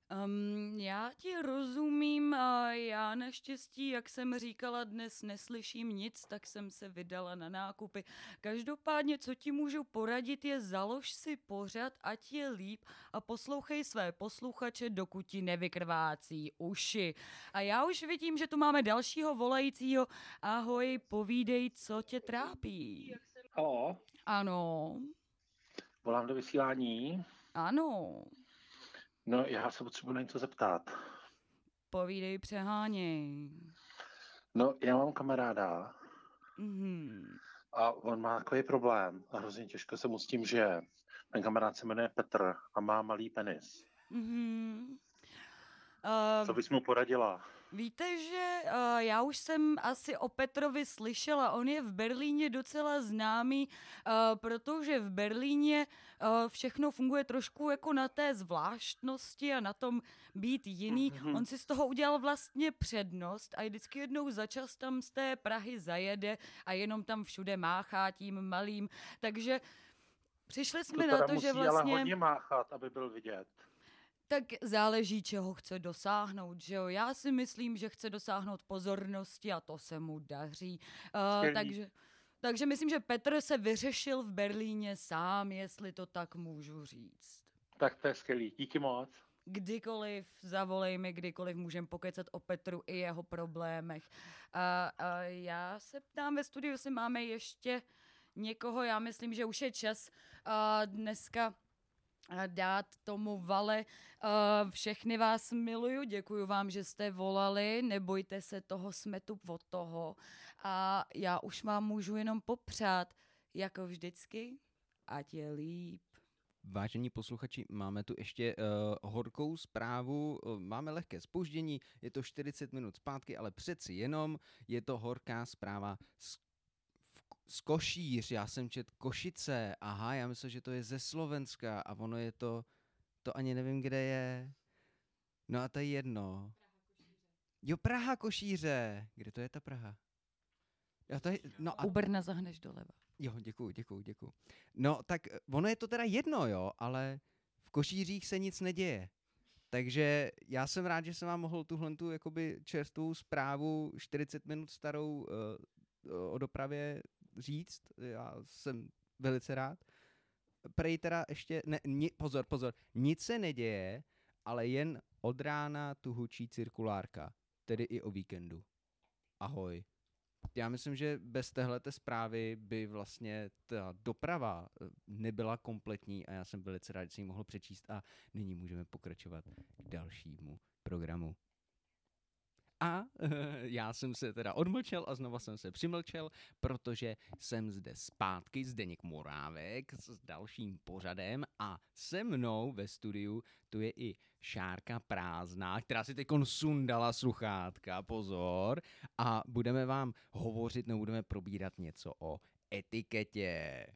Um, já ti rozumím a já naštěstí, jak jsem říkala, dnes neslyším nic, tak jsem se vydala na nákupy. Každopádně, co ti můžu poradit, je založ si pořad, ať je líp a poslouchej své posluchače, dokud ti nevykrvácí uši. A já už vidím, že tu máme dalšího volajícího. Ahoj, povídej, co tě trápí. Halo, Ano, volám do vysílání. ano, No, já se potřebuji na něco zeptat. povídej, přeháněj. No, já mám kamaráda Mhm. a on má takový problém a hrozně těžko se mu s tím žije. Ten kamarád se jmenuje Petr a má malý penis. Mhm. Co Uh, bys mu poradila? víte, že uh, já už jsem asi o Petrovi slyšela, on je v Berlíně docela známý, uh, protože v Berlíně uh, všechno funguje trošku jako na té zvláštnosti a na tom být jiný. Mhm. On si z toho udělal vlastně přednost a vždycky jednou za čas tam z té Prahy zajede a jenom tam všude máchá tím malým. Takže přišli jsme To na teda to, musí že ale vlastně... hodně máchat, aby byl vidět. Tak záleží, čeho chce dosáhnout, že jo? Já si myslím, že chce dosáhnout pozornosti a to se mu daří. Uh, Skvělý. takže, takže myslím, že Petr se vyřešil v Berlíně sám, jestli to tak můžu říct. Tak to je skvělý. Díky moc. Kdykoliv, zavolej mi, kdykoliv můžeme pokecat o Petru i jeho problémech. A, a já se ptám ve studiu, jestli máme ještě někoho, já myslím, že už je čas a dneska a dát tomu Vale. Uh, všechny vás miluju, děkuji vám, že jste volali, nebojte se toho, jsme tu od toho. A já už vám můžu jenom popřát, jako vždycky, ať je líp. Vážení posluchači, máme tu ještě uh, horkou zprávu, uh, máme lehké zpoždění, je to čtyřicet minut zpátky, ale přeci jenom je to horká zpráva z, z Košíř, já jsem čet Košice, aha, já myslel, že to je ze Slovenska a ono je to, to ani nevím, kde je, no a to je jedno. Jo, Praha Košíře, kde to je ta Praha? Jo, to je, no a U Brna zahneš doleva. Jo, děkuju, děkuju, děkuju. No, tak ono je to teda jedno, jo, ale v Košířích se nic neděje. Takže já jsem rád, že jsem vám mohl tuhle tu jakoby čerstvou zprávu čtyřicet minut starou uh, o dopravě říct. Já jsem velice rád. Prej teda ještě, ne, ni, pozor, pozor, nic se neděje, ale jen od rána tu hučí cirkulárka, tedy i o víkendu. Ahoj. Já myslím, že bez téhleté zprávy by vlastně ta doprava nebyla kompletní a já jsem velice rád, že jsem ji mohl přečíst a nyní můžeme pokračovat k dalšímu programu. A já jsem se teda odmlčel a znova jsem se přimlčel, protože jsem zde zpátky, Zdeněk Morávek s dalším pořadem a se mnou ve studiu tu je i Šárka Prázdná, která si teď sundala sluchátka, pozor, a budeme vám hovořit, nebo budeme probírat něco o etiketě.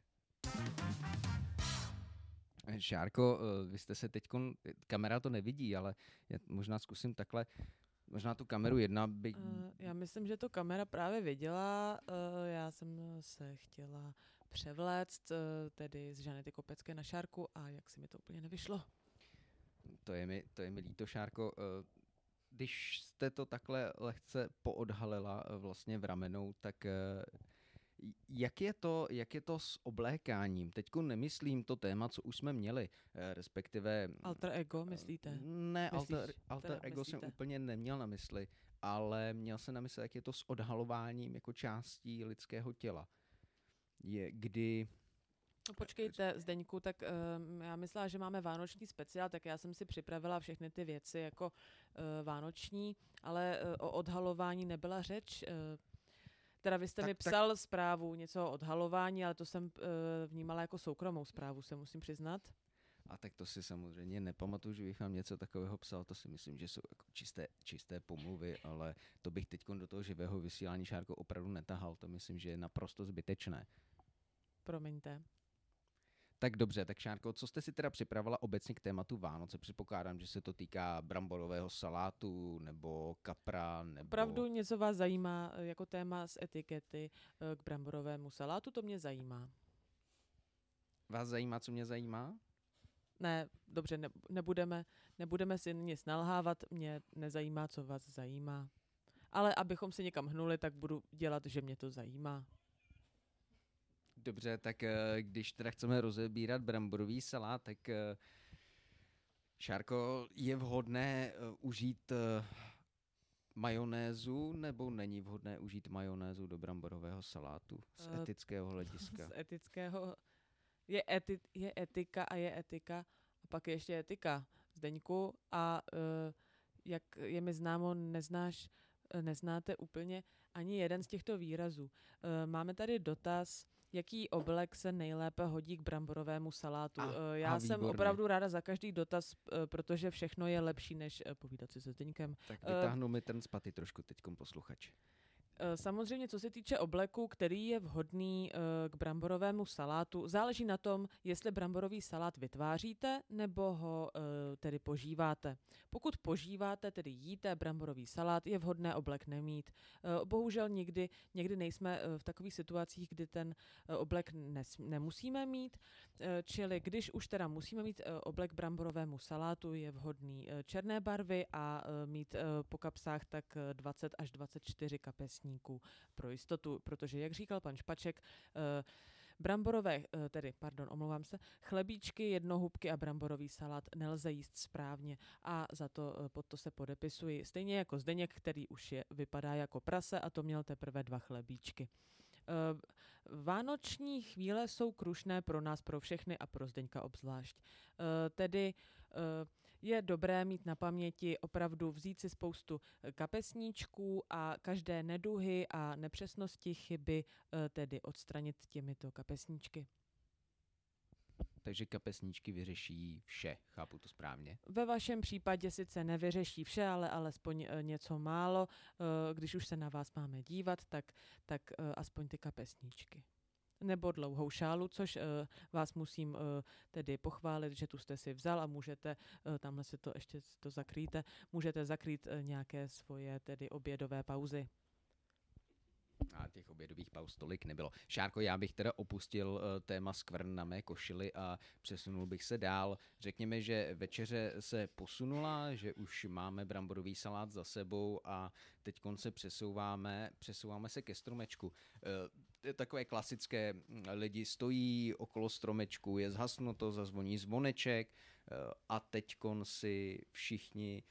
Šárko, vy jste se teď, kamera to nevidí, ale já možná zkusím takhle. Možná tu kameru jedna by... Uh, já myslím, že to kamera právě viděla. Uh, já jsem se chtěla převléct, uh, tedy z Žanety Kopecké na Šárku a jak si mi to úplně nevyšlo. To je mi, to je mi líto, Šárko. Uh, když jste to takhle lehce poodhalila uh, vlastně v ramenou, tak uh, jak je to, jak je to s oblékáním? Teďko nemyslím to téma, co už jsme měli, respektive... Alter ego, myslíte? Ne, Myslíš, alter, alter ego myslíte? jsem úplně neměl na mysli, ale měl jsem na mysli, jak je to s odhalováním jako částí lidského těla. Je, kdy... No počkejte, Zdeňku, tak um, já myslela, že máme vánoční speciál, tak já jsem si připravila všechny ty věci jako uh, vánoční, ale uh, o odhalování nebyla řeč. Uh, Teda vy jste tak, mi psal tak... zprávu něco o odhalování, ale to jsem uh, vnímala jako soukromou zprávu, se musím přiznat. A tak to si samozřejmě nepamatuju, že bych vám něco takového psal, to si myslím, že jsou jako čisté, čisté pomluvy, ale to bych teď do toho živého vysílání, Šárko, opravdu netahal, to myslím, že je naprosto zbytečné. Promiňte. Tak dobře, tak Šárko, co jste si teda připravila obecně k tématu Vánoce? Předpokládám, že se to týká bramborového salátu nebo kapra, nebo... Opravdu něco vás zajímá jako téma z etikety k bramborovému salátu? To mě zajímá. Vás zajímá, co mě zajímá? Ne, dobře, ne, nebudeme, nebudeme si nic nalhávat, mě nezajímá, co vás zajímá. Ale abychom se někam hnuli, tak budu dělat, že mě to zajímá. Dobře, tak když teda chceme rozebírat bramborový salát, tak Šárko, je vhodné užít majonézu, nebo není vhodné užít majonézu do bramborového salátu z Uh, etického hlediska? Z etického je, eti, je etika a je etika a pak je ještě etika, Zdeňku, a uh, jak je mi známo, neznáš, neznáte úplně ani jeden z těchto výrazů. Uh, máme tady dotaz, jaký oblek se nejlépe hodí k bramborovému salátu. A, uh, já a jsem výborně. opravdu ráda za každý dotaz, uh, protože všechno je lepší, než uh, povídat si se Zdeňkem. Tak vytáhnu uh, mi ten z paty trošku teďkom posluchač. Samozřejmě, co se týče obleku, který je vhodný k bramborovému salátu, záleží na tom, jestli bramborový salát vytváříte nebo ho tedy požíváte. Pokud požíváte, tedy jíte bramborový salát, je vhodné oblek nemít. Bohužel někdy, někdy nejsme v takových situacích, kdy ten oblek nes, nemusíme mít, čili když už teda musíme mít oblek bramborovému salátu, je vhodný černé barvy a mít po kapsách tak dvacet až dvacet čtyři kapesní pro jistotu, protože, jak říkal pan Špaček, bramborové, tedy, pardon, omlouvám se, chlebíčky, jednohubky a bramborový salát nelze jíst správně a za to pod to se podepisuji. Stejně jako Zdeněk, který už je, vypadá jako prase a to měl teprve dva chlebíčky. Vánoční chvíle jsou krušné pro nás, pro všechny a pro Zdeňka obzvlášť. Tedy je dobré mít na paměti opravdu vzít si spoustu kapesníčků a každé neduhy a nepřesnosti, chyby tedy odstranit těmito kapesníčky. Takže kapesníčky vyřeší vše, chápu to správně? Ve vašem případě sice nevyřeší vše, ale alespoň něco málo. Když už se na vás máme dívat, tak, tak aspoň ty kapesníčky. Nebo dlouhou šálu, což uh, vás musím uh, tedy pochválit, že tu jste si vzal a můžete, uh, tamhle si to ještě to zakrýte, můžete zakrýt uh, nějaké svoje tedy obědové pauzy. A těch obědových pauz tolik nebylo. Šárko, já bych teda opustil uh, téma skvrn na mé košili a přesunul bych se dál. Řekněme, že večeře se posunula, že už máme bramborový salát za sebou a teď se přesouváme, přesouváme se ke stromečku. Uh, takové klasické, lidi stojí okolo stromečku, je zhasnuto, zazvoní zvoneček uh, a teďkon si všichni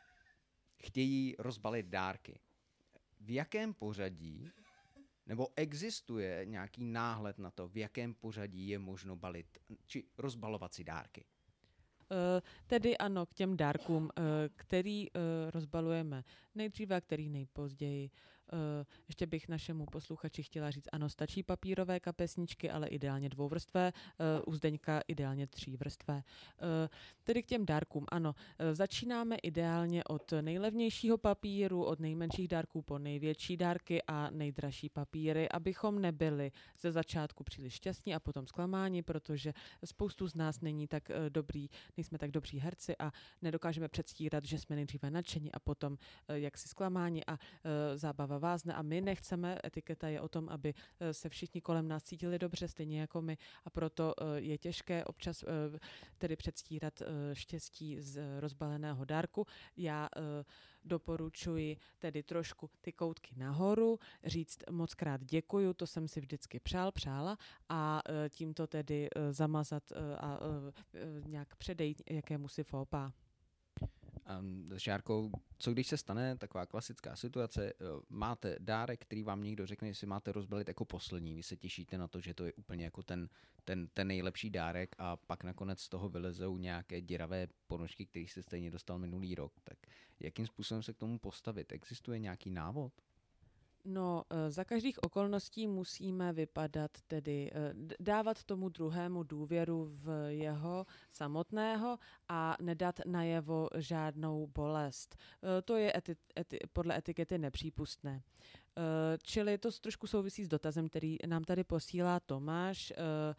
chtějí rozbalit dárky. V jakém pořadí, nebo existuje nějaký náhled na to, v jakém pořadí je možno balit, či rozbalovat si dárky? Uh, tedy ano, k těm dárkům, uh, který uh, rozbalujeme nejdříve a který nejpozději. Uh, ještě bych našemu posluchači chtěla říct, ano, stačí papírové kapesničky, ale ideálně dvouvrstvé, uh, u Zdeňka ideálně třívrstvé. Uh, tedy k těm dárkům, ano, uh, začínáme ideálně od nejlevnějšího papíru, od nejmenších dárků po největší dárky a nejdražší papíry, abychom nebyli ze začátku příliš šťastní a potom zklamáni, protože spoustu z nás není tak uh, dobrý, nejsme tak dobří herci a nedokážeme předstírat, že jsme nejdříve nadšení a potom uh, jaksi zklamáni a uh, zábava vázne a my nechceme, etiketa je o tom, aby se všichni kolem nás cítili dobře, stejně jako my a proto je těžké občas tedy předstírat štěstí z rozbaleného dárku. Já doporučuji tedy trošku ty koutky nahoru, říct moc krát děkuju, to jsem si vždycky přál, přála a tímto tedy zamazat a nějak předejít jakému si fópa. Um, Šárko, co když se stane taková klasická situace, máte dárek, který vám někdo řekne, jestli máte rozbalit jako poslední, vy se těšíte na to, že to je úplně jako ten, ten, ten nejlepší dárek a pak nakonec z toho vylezou nějaké děravé ponožky, které jste stejně dostal minulý rok, tak jakým způsobem se k tomu postavit? Existuje nějaký návod? No, za každých okolností musíme vypadat, tedy dávat tomu druhému důvěru v jeho samotného a nedat najevo žádnou bolest. To je eti, eti, podle etikety nepřípustné. Čili to trošku souvisí s dotazem, který nám tady posílá Tomáš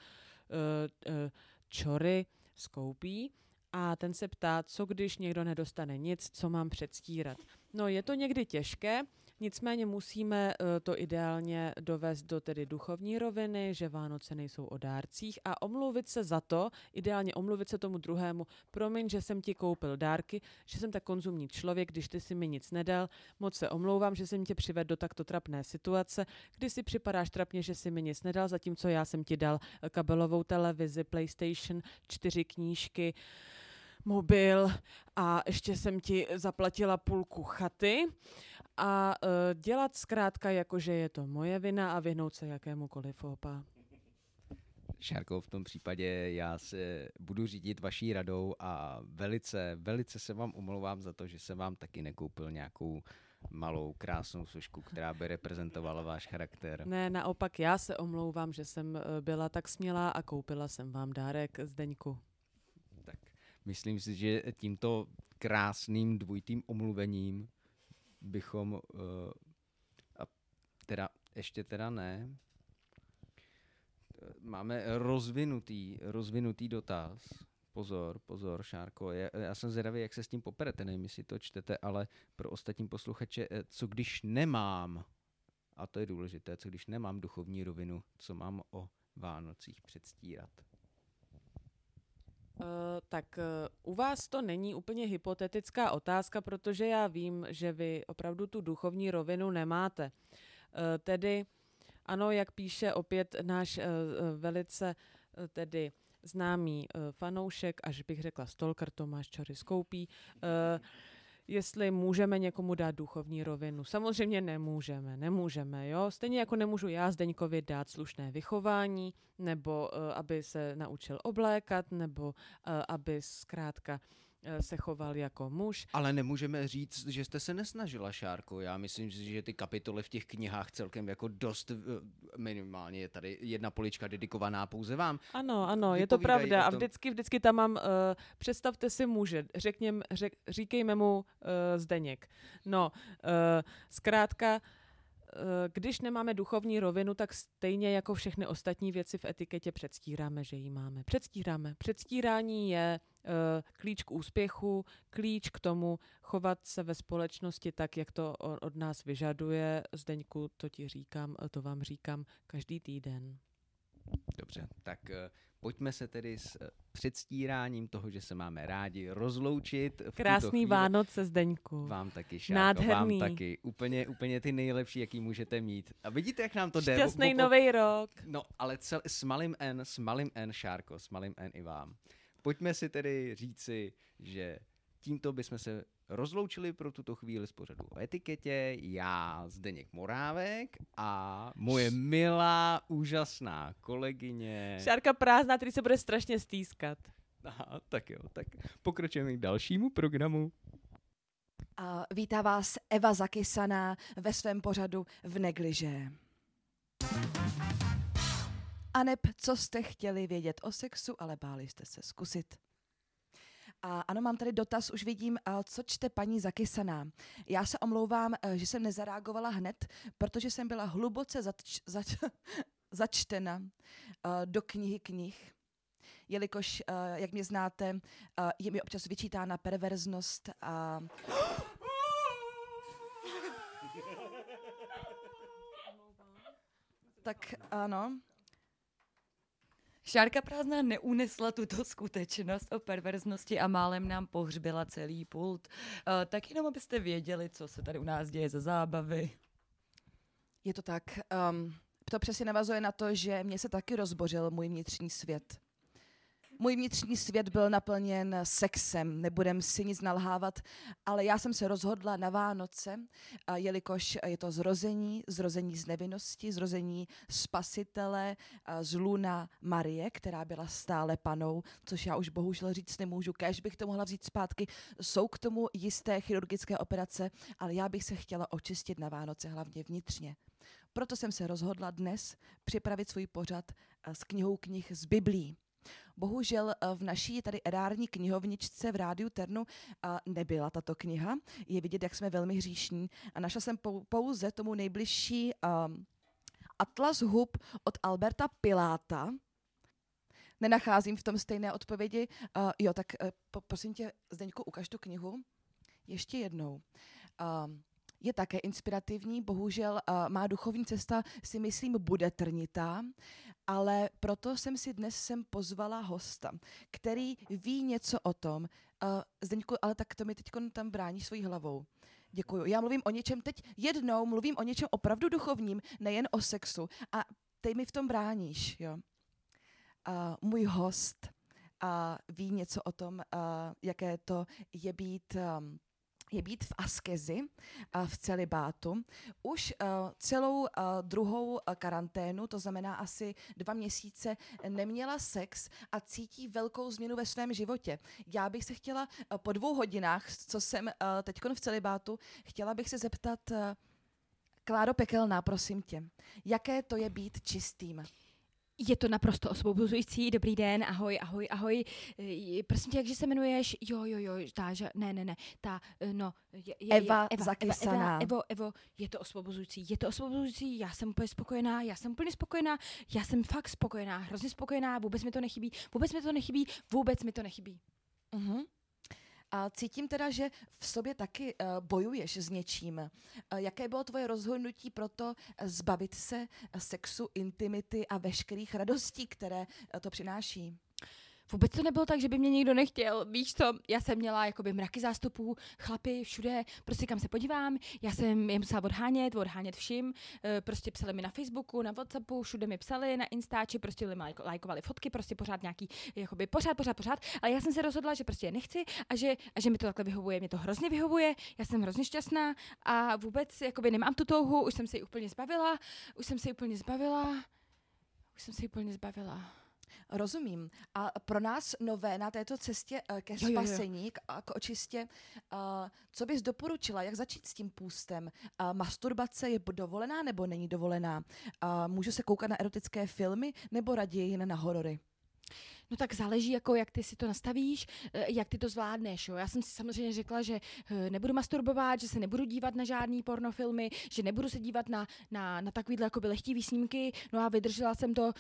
Čory z Koupí. A ten se ptá, co když někdo nedostane nic, co mám předstírat. No, je to někdy těžké, Nicméně musíme uh, to ideálně dovést do tedy duchovní roviny, že Vánoce nejsou o dárcích a omluvit se za to, ideálně omluvit se tomu druhému, promiň, že jsem ti koupil dárky, že jsem tak konzumní člověk, když ty si mi nic nedal, moc se omlouvám, že jsem tě přivedl do takto trapné situace, kdy si připadáš trapně, že si mi nic nedal, zatímco já jsem ti dal kabelovou televizi, PlayStation, čtyři knížky, mobil a ještě jsem ti zaplatila půlku chaty a uh, dělat zkrátka jako, že je to moje vina a vyhnout se jakémukoliv opa. Šárko, v tom případě já se budu řídit vaší radou a velice, velice se vám omlouvám za to, že jsem vám taky nekoupil nějakou malou krásnou sošku, která by reprezentovala váš charakter. Ne, naopak já se omlouvám, že jsem byla tak smělá a koupila jsem vám dárek, Zdeňku. Tak myslím si, že tímto krásným dvojitým omluvením bychom, uh, a teda ještě teda ne, máme rozvinutý, rozvinutý dotaz. Pozor, pozor, Šárko, já, já jsem zvědavý, jak se s tím poperete, nevím, jestli to čtete, ale pro ostatní posluchače, co když nemám, a to je důležité, co když nemám duchovní rovinu, co mám o Vánocích předstírat? Uh, tak uh, u vás to není úplně hypotetická otázka, protože já vím, že vy opravdu tu duchovní rovinu nemáte. Uh, tedy ano, jak píše opět náš uh, velice uh, tedy známý uh, fanoušek, až bych řekla stalker Tomáš Čory Skoupí, uh, jestli můžeme někomu dát duchovní rovinu. Samozřejmě nemůžeme, nemůžeme, jo. Stejně jako nemůžu já Zdeňkovi dát slušné vychování, nebo uh, aby se naučil oblékat, nebo uh, aby zkrátka se choval jako muž. Ale nemůžeme říct, že jste se nesnažila, Šárko. Já myslím, že ty kapitoly v těch knihách celkem jako dost, minimálně je tady jedna polička dedikovaná pouze vám. Ano, ano, je to pravda. A vždycky, vždycky tam mám, uh, představte si muže, řekněm, řek, říkejme mu uh, Zdeněk. No, uh, zkrátka, když nemáme duchovní rovinu, tak stejně jako všechny ostatní věci v etiketě předstíráme, že ji máme. Předstíráme. Předstírání je uh, klíč k úspěchu, klíč k tomu chovat se ve společnosti tak, jak to od nás vyžaduje. Zdeňku, to ti říkám, to vám říkám každý týden. Dobře, tak uh, pojďme se tedy s uh, předstíráním toho, že se máme rádi, rozloučit. V Krásný Vánoce, Zdeňku. Vám taky, Šárko, nádherný. Vám taky. Úplně, úplně ty nejlepší, jaký můžete mít. A vidíte, jak nám to jde. Šťastný nový rok. No, ale cel, s malým N, s malým N, Šárko, s malým N i vám. Pojďme si tedy říci, že tímto bychom se rozloučili pro tuto chvíli z pořadu o etiketě. Já, Zdeněk Morávek a moje milá, úžasná kolegyně Šárka Prázdná, který se bude strašně stýskat. Aha, tak jo, tak pokračujeme k dalšímu programu. A vítá vás Eva Zakysaná ve svém pořadu v negliže. Aneb, co jste chtěli vědět o sexu, ale báli jste se zkusit. A ano, mám tady dotaz, už vidím, co čte paní Zakysaná. Já se omlouvám, že jsem nezareagovala hned, protože jsem byla hluboce zač, zač, začtena do knihy knih, jelikož, jak mě znáte, je mi občas vyčítána perverznost a... Tak ano. Šárka Prázdná neunesla tuto skutečnost o perverznosti a málem nám pohřbila celý pult. Uh, tak jenom, abyste věděli, co se tady u nás děje za zábavy. Je to tak. Um, to přesně navazuje na to, že mě se taky rozbořil můj vnitřní svět. Můj vnitřní svět byl naplněn sexem, nebudem si nic nalhávat, ale já jsem se rozhodla na Vánoce, jelikož je to zrození, zrození z nevinnosti, zrození spasitele, z luna Marie, která byla stále panou, což já už bohužel říct nemůžu, kéž bych to mohla vzít zpátky. Jsou k tomu jisté chirurgické operace, ale já bych se chtěla očistit na Vánoce, hlavně vnitřně. Proto jsem se rozhodla dnes připravit svůj pořad s knihou knih z Biblí. Bohužel v naší tady erární knihovničce v Rádiu Ternu nebyla tato kniha. Je vidět, jak jsme velmi hříšní. A našla jsem pouze tomu nejbližší um, Atlas hub od Alberta Piláta. Nenacházím v tom stejné odpovědi. Uh, jo, tak uh, po, prosím tě, Zdeňku, ukaž tu knihu. Ještě jednou. Uh, je také inspirativní, bohužel uh, má duchovní cesta, si myslím, bude trnitá, ale proto jsem si dnes sem pozvala hosta, který ví něco o tom. Uh, Zdeňku, ale tak to mi teď tam brání svojí hlavou. Děkuju. Já mluvím o něčem teď, jednou mluvím o něčem opravdu duchovním, nejen o sexu. A ty mi v tom bráníš, jo. Uh, můj host uh, ví něco o tom, uh, jaké to je být... Um, je být v askezi, v celibátu, už celou druhou karanténu, to znamená asi dva měsíce, neměla sex a cítí velkou změnu ve svém životě. Já bych se chtěla po dvou hodinách, co jsem teď v celibátu, chtěla bych se zeptat, Kláro Pekelná, prosím tě, jaké to je být čistým? Je to naprosto osvobozující. Dobrý den, ahoj, ahoj, ahoj. E, prosím tě, jakže se jmenuješ? Jo, jo, jo, ta, že, ne, ne, ne, ta, no. Je, je, Eva, Eva Zakysaná. Eva, Evo, Evo, je to osvobozující, je to osvobozující, já jsem úplně spokojená, já jsem úplně spokojená, já jsem fakt spokojená, hrozně spokojená, vůbec mi to nechybí, vůbec mi to nechybí, vůbec mi to nechybí. Uh-huh. A cítím teda, že v sobě taky uh, bojuješ s něčím. Uh, jaké bylo tvoje rozhodnutí pro to zbavit se sexu, intimity a veškerých radostí, které uh, to přináší? Vůbec to nebylo tak, že by mě nikdo nechtěl. Víš co, já jsem měla jakoby mraky zástupů, chlapy všude, prostě kam se podívám. Já jsem je musela odhánět, odhánět všim. E, prostě psali mi na Facebooku, na Whatsappu, všude mi psali, na Instači, prostě mi lajko, lajkovali fotky, prostě pořád nějaký, jakoby pořád, pořád, pořád. Ale já jsem se rozhodla, že prostě je nechci a že, a že mi to takhle vyhovuje. Mě to hrozně vyhovuje, já jsem hrozně šťastná a vůbec jakoby nemám tu touhu, už jsem se ji úplně zbavila, už jsem se ji úplně zbavila, už jsem se ji úplně zbavila. Rozumím. A pro nás nové na této cestě uh, ke spasení, jo, jo, jo. k očistě, uh, co bys doporučila, jak začít s tím půstem? Uh, masturbace je dovolená nebo není dovolená? Uh, můžu se koukat na erotické filmy nebo raději jen na horory? No tak záleží, jako jak ty si to nastavíš, jak ty to zvládneš. Jo. Já jsem si samozřejmě řekla, že nebudu masturbovat, že se nebudu dívat na žádný pornofilmy, že nebudu se dívat na, na, na takovýhle jakoby lehtivý snímky, no a vydržela jsem to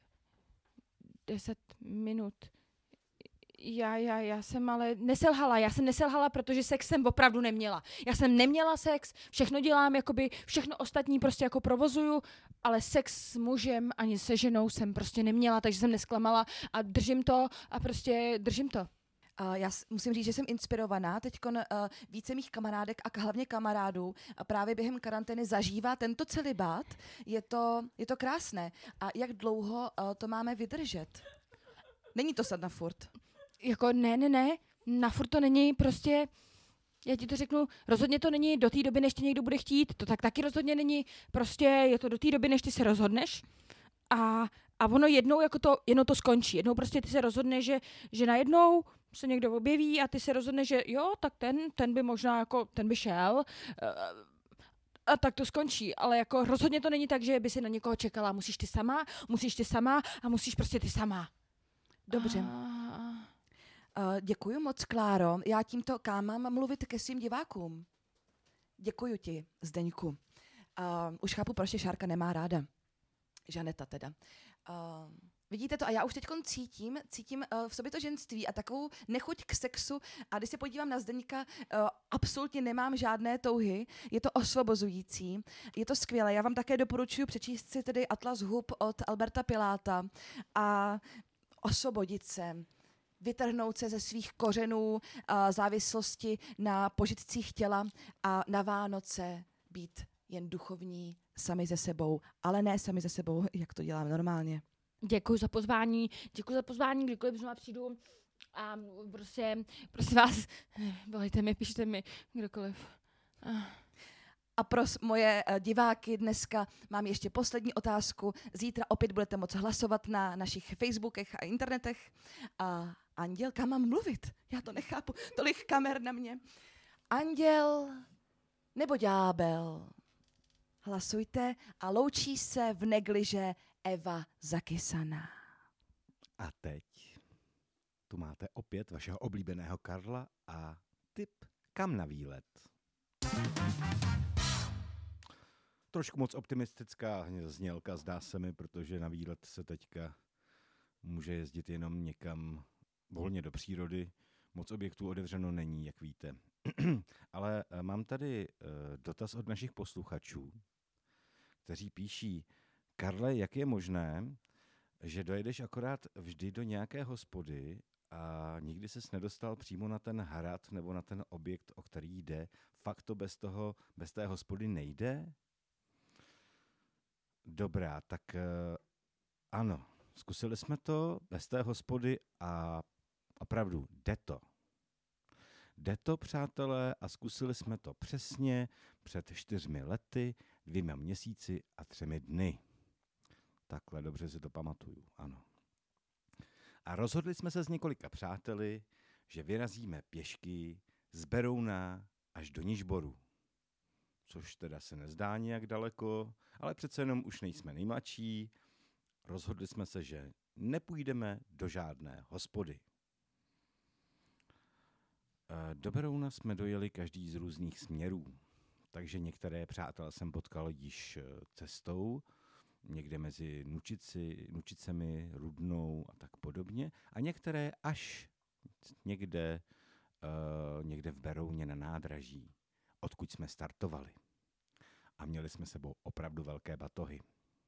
deset minut. Já, já, já jsem ale neselhala, já jsem neselhala, protože sex jsem opravdu neměla. Já jsem neměla sex, všechno dělám, jakoby všechno ostatní prostě jako provozuju, ale sex s mužem ani se ženou jsem prostě neměla, takže jsem nesklamala a držím to a prostě držím to. Uh, já s- musím říct, že jsem inspirovaná. Teď uh, více mých kamarádek a hlavně kamarádů a právě během karantény zažívá tento celibát. Je to, je to krásné. A jak dlouho uh, to máme vydržet? Není to snad na furt. Jako ne, ne, ne, na furt to není, prostě, já ti to řeknu, rozhodně to není do té doby, než tě někdo bude chtít, to tak taky rozhodně není, prostě je to do té doby, než ty se rozhodneš a, a ono jednou jako to, jednou to skončí, jednou prostě ty se rozhodneš, že, že najednou se někdo objeví a ty se rozhodneš, že jo, tak ten, ten by možná jako, ten by šel, a tak to skončí, ale jako rozhodně to není tak, že by si na někoho čekala, musíš ty sama, musíš ty sama a musíš prostě ty sama. Dobře. A... Uh, děkuji moc, Kláro. Já tímto kam mám mluvit ke svým divákům. Děkuji ti, Zdeňku. Uh, už chápu, proč tě Šárka nemá ráda. Žaneta teda. Uh, vidíte to? A já už teď cítím, cítím uh, v sobě to ženství a takovou nechuť k sexu. A když se podívám na Zdeňka, uh, absolutně nemám žádné touhy. Je to osvobozující. Je to skvělé. Já vám také doporučuji přečíst si tedy Atlas hub od Alberta Piláta a osvobodit se, vytrhnout se ze svých kořenů a závislosti na požitcích těla a na Vánoce být jen duchovní sami ze sebou, ale ne sami ze sebou, jak to děláme normálně. Děkuji za pozvání, děkuji za pozvání, kdykoliv znovu přijdu a prostě, prosím vás, volejte mi, píšte mi, kdokoliv. A pro moje diváky dneska mám ještě poslední otázku. Zítra opět budete moct hlasovat na našich Facebookech a internetech. A Anděl, kam mám mluvit? Já to nechápu. Tolik kamer na mě. Anděl nebo ďábel? Hlasujte a loučí se v negliže Eva Zakysaná. A teď tu máte opět vašeho oblíbeného Karla a tip kam na výlet. Trošku moc optimistická znělka, zdá se mi, protože na výlet se teďka může jezdit jenom někam volně do přírody. Moc objektů otevřeno není, jak víte. Ale uh, mám tady uh, dotaz od našich posluchačů, kteří píší: Karle, jak je možné, že dojedeš akorát vždy do nějaké hospody a nikdy ses nedostal přímo na ten hrad nebo na ten objekt, o který jde? Fakt to bez toho, bez té hospody nejde? Dobrá, tak uh, ano, zkusili jsme to bez té hospody a opravdu jde to. Jde to, přátelé, a zkusili jsme to přesně před čtyřmi lety, dvěma měsíci a třemi dny. Takhle dobře si to pamatuju, ano. A rozhodli jsme se s několika přáteli, že vyrazíme pěšky z Berouna až do Nižboru. Což teda se nezdá nějak daleko, ale přece jenom už nejsme nejmladší. Rozhodli jsme se, že nepůjdeme do žádné hospody. Do Berouna jsme dojeli každý z různých směrů, takže některé přátelé jsem potkal již cestou, někde mezi Nučici, Nučicemi, Rudnou a tak podobně, a některé až někde, uh, někde v Berouně na nádraží, odkud jsme startovali. A měli jsme sebou opravdu velké batohy.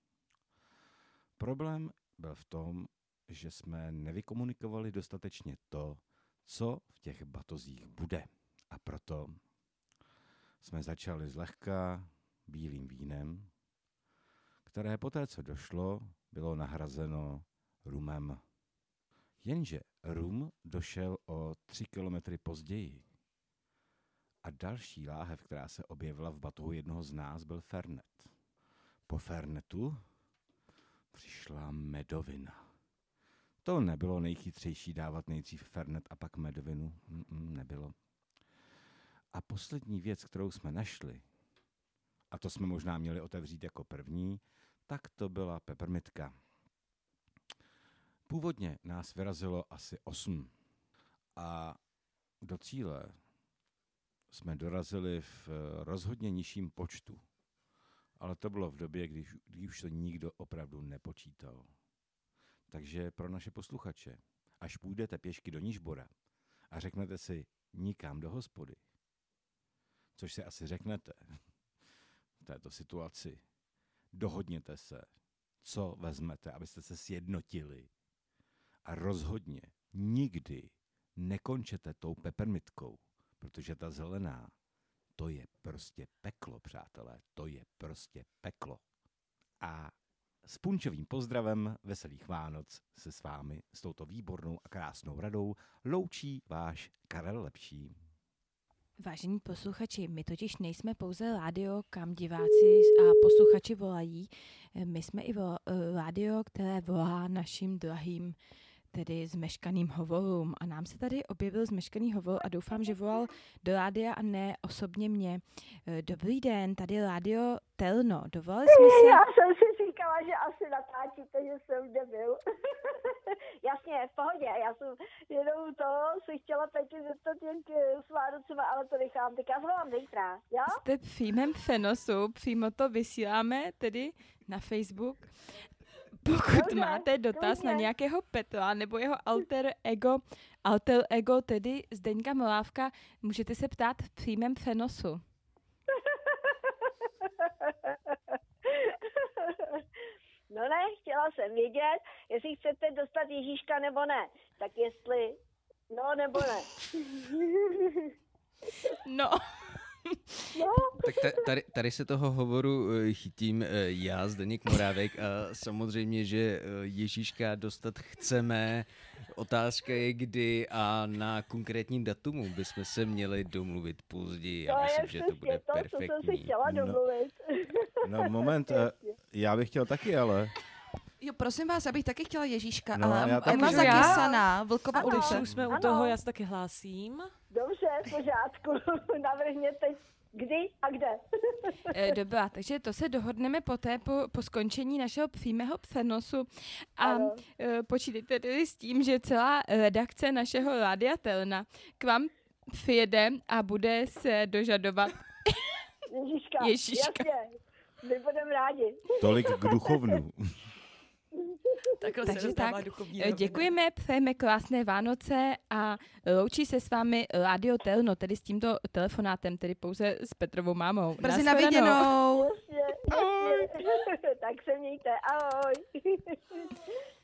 Problém byl v tom, že jsme nevykomunikovali dostatečně to, co v těch batozích bude. A proto jsme začali zlehka bílým vínem, které poté, co došlo, bylo nahrazeno rumem. Jenže rum došel o tři kilometry později. A další láhev, která se objevila v batohu jednoho z nás, byl fernet. Po fernetu přišla medovina. To nebylo nejchytřejší dávat nejdřív fernet a pak medovinu. Mm-mm, nebylo. A poslední věc, kterou jsme našli, a to jsme možná měli otevřít jako první, tak to byla pepermitka. Původně nás vyrazilo asi osm a do cíle jsme dorazili v rozhodně nižším počtu. Ale to bylo v době, když, když už to nikdo opravdu nepočítal. Takže pro naše posluchače, až půjdete pěšky do Nižbora a řeknete si nikam do hospody, což si asi řeknete v této situaci, dohodněte se, co vezmete, abyste se sjednotili. A rozhodně nikdy nekončete tou pepermitkou, protože ta zelená, to je prostě peklo, přátelé, to je prostě peklo. A s punčovým pozdravem Veselých Vánoc se s vámi s touto výbornou a krásnou radou loučí váš Karel Lepší. Vážení posluchači, my totiž nejsme pouze rádio, kam diváci a posluchači volají. My jsme i vo, rádio, které volá našim drahým, tedy zmeškaným hovorům. A nám se tady objevil zmeškaný hovor a doufám, že volal do rádia a ne osobně mě. Dobrý den, tady rádio Telno. Dovolali jsme se... Já jsem si říkala, že asi natáčíte, že jsem debil. Jasně, v pohodě. Já jsem jenom to si chtěla taky zeptat jen k Svánocům, ale to nechám. Tak já zvolám zítra, jo? Jste příjmem Fenosu, přímo to vysíláme tedy na Facebook. Pokud Dobře, máte dotaz klidně. na nějakého Petra nebo jeho alter ego, alter ego, tedy Zdeňka Molávka, můžete se ptát v příjmem Fenosu. No ne, chtěla jsem vědět, jestli chcete dostat Ježíška nebo ne. Tak jestli no nebo ne. No. No. Tak ta- tady, tady se toho hovoru eh, chytím eh, já, Zdeněk Morávek, a samozřejmě, že eh, Ježíška dostat chceme. Otázka je kdy a na konkrétním datumu bychom se měli domluvit později. Já To myslím, je že to přesně bude to, perfektní. co jsem si chtěla No. domluvit. No moment, eh, já bych chtěl taky, ale... Jo, prosím vás, já bych taky chtěla Ježíška. No, ale já taky. Eva Můžu Zakysaná, Vlkova Ano. ulice. Už jsme u Ano. toho, já se taky hlásím. Dobře, v pořádku. Navrhněte kdy a kde. E, dobrá, takže to se dohodneme poté po, po skončení našeho přímého přenosu a Ano. e, počítejte tedy s tím, že celá redakce našeho Rádia Telna k vám přijede a bude se dožadovat. Ježíška, Ježíška. jasně. My budeme rádi. Tolik k duchovnu. Takhle Takže se dostává tak, duchovní eh, rovina. děkujeme, přejeme krásné Vánoce a loučí se s vámi Radio Telno, tedy s tímto telefonátem, tedy pouze s Petrovou mámou. Brzy na Nashledanou. viděnou. Jasně, jasně. Tak se mějte, ahoj.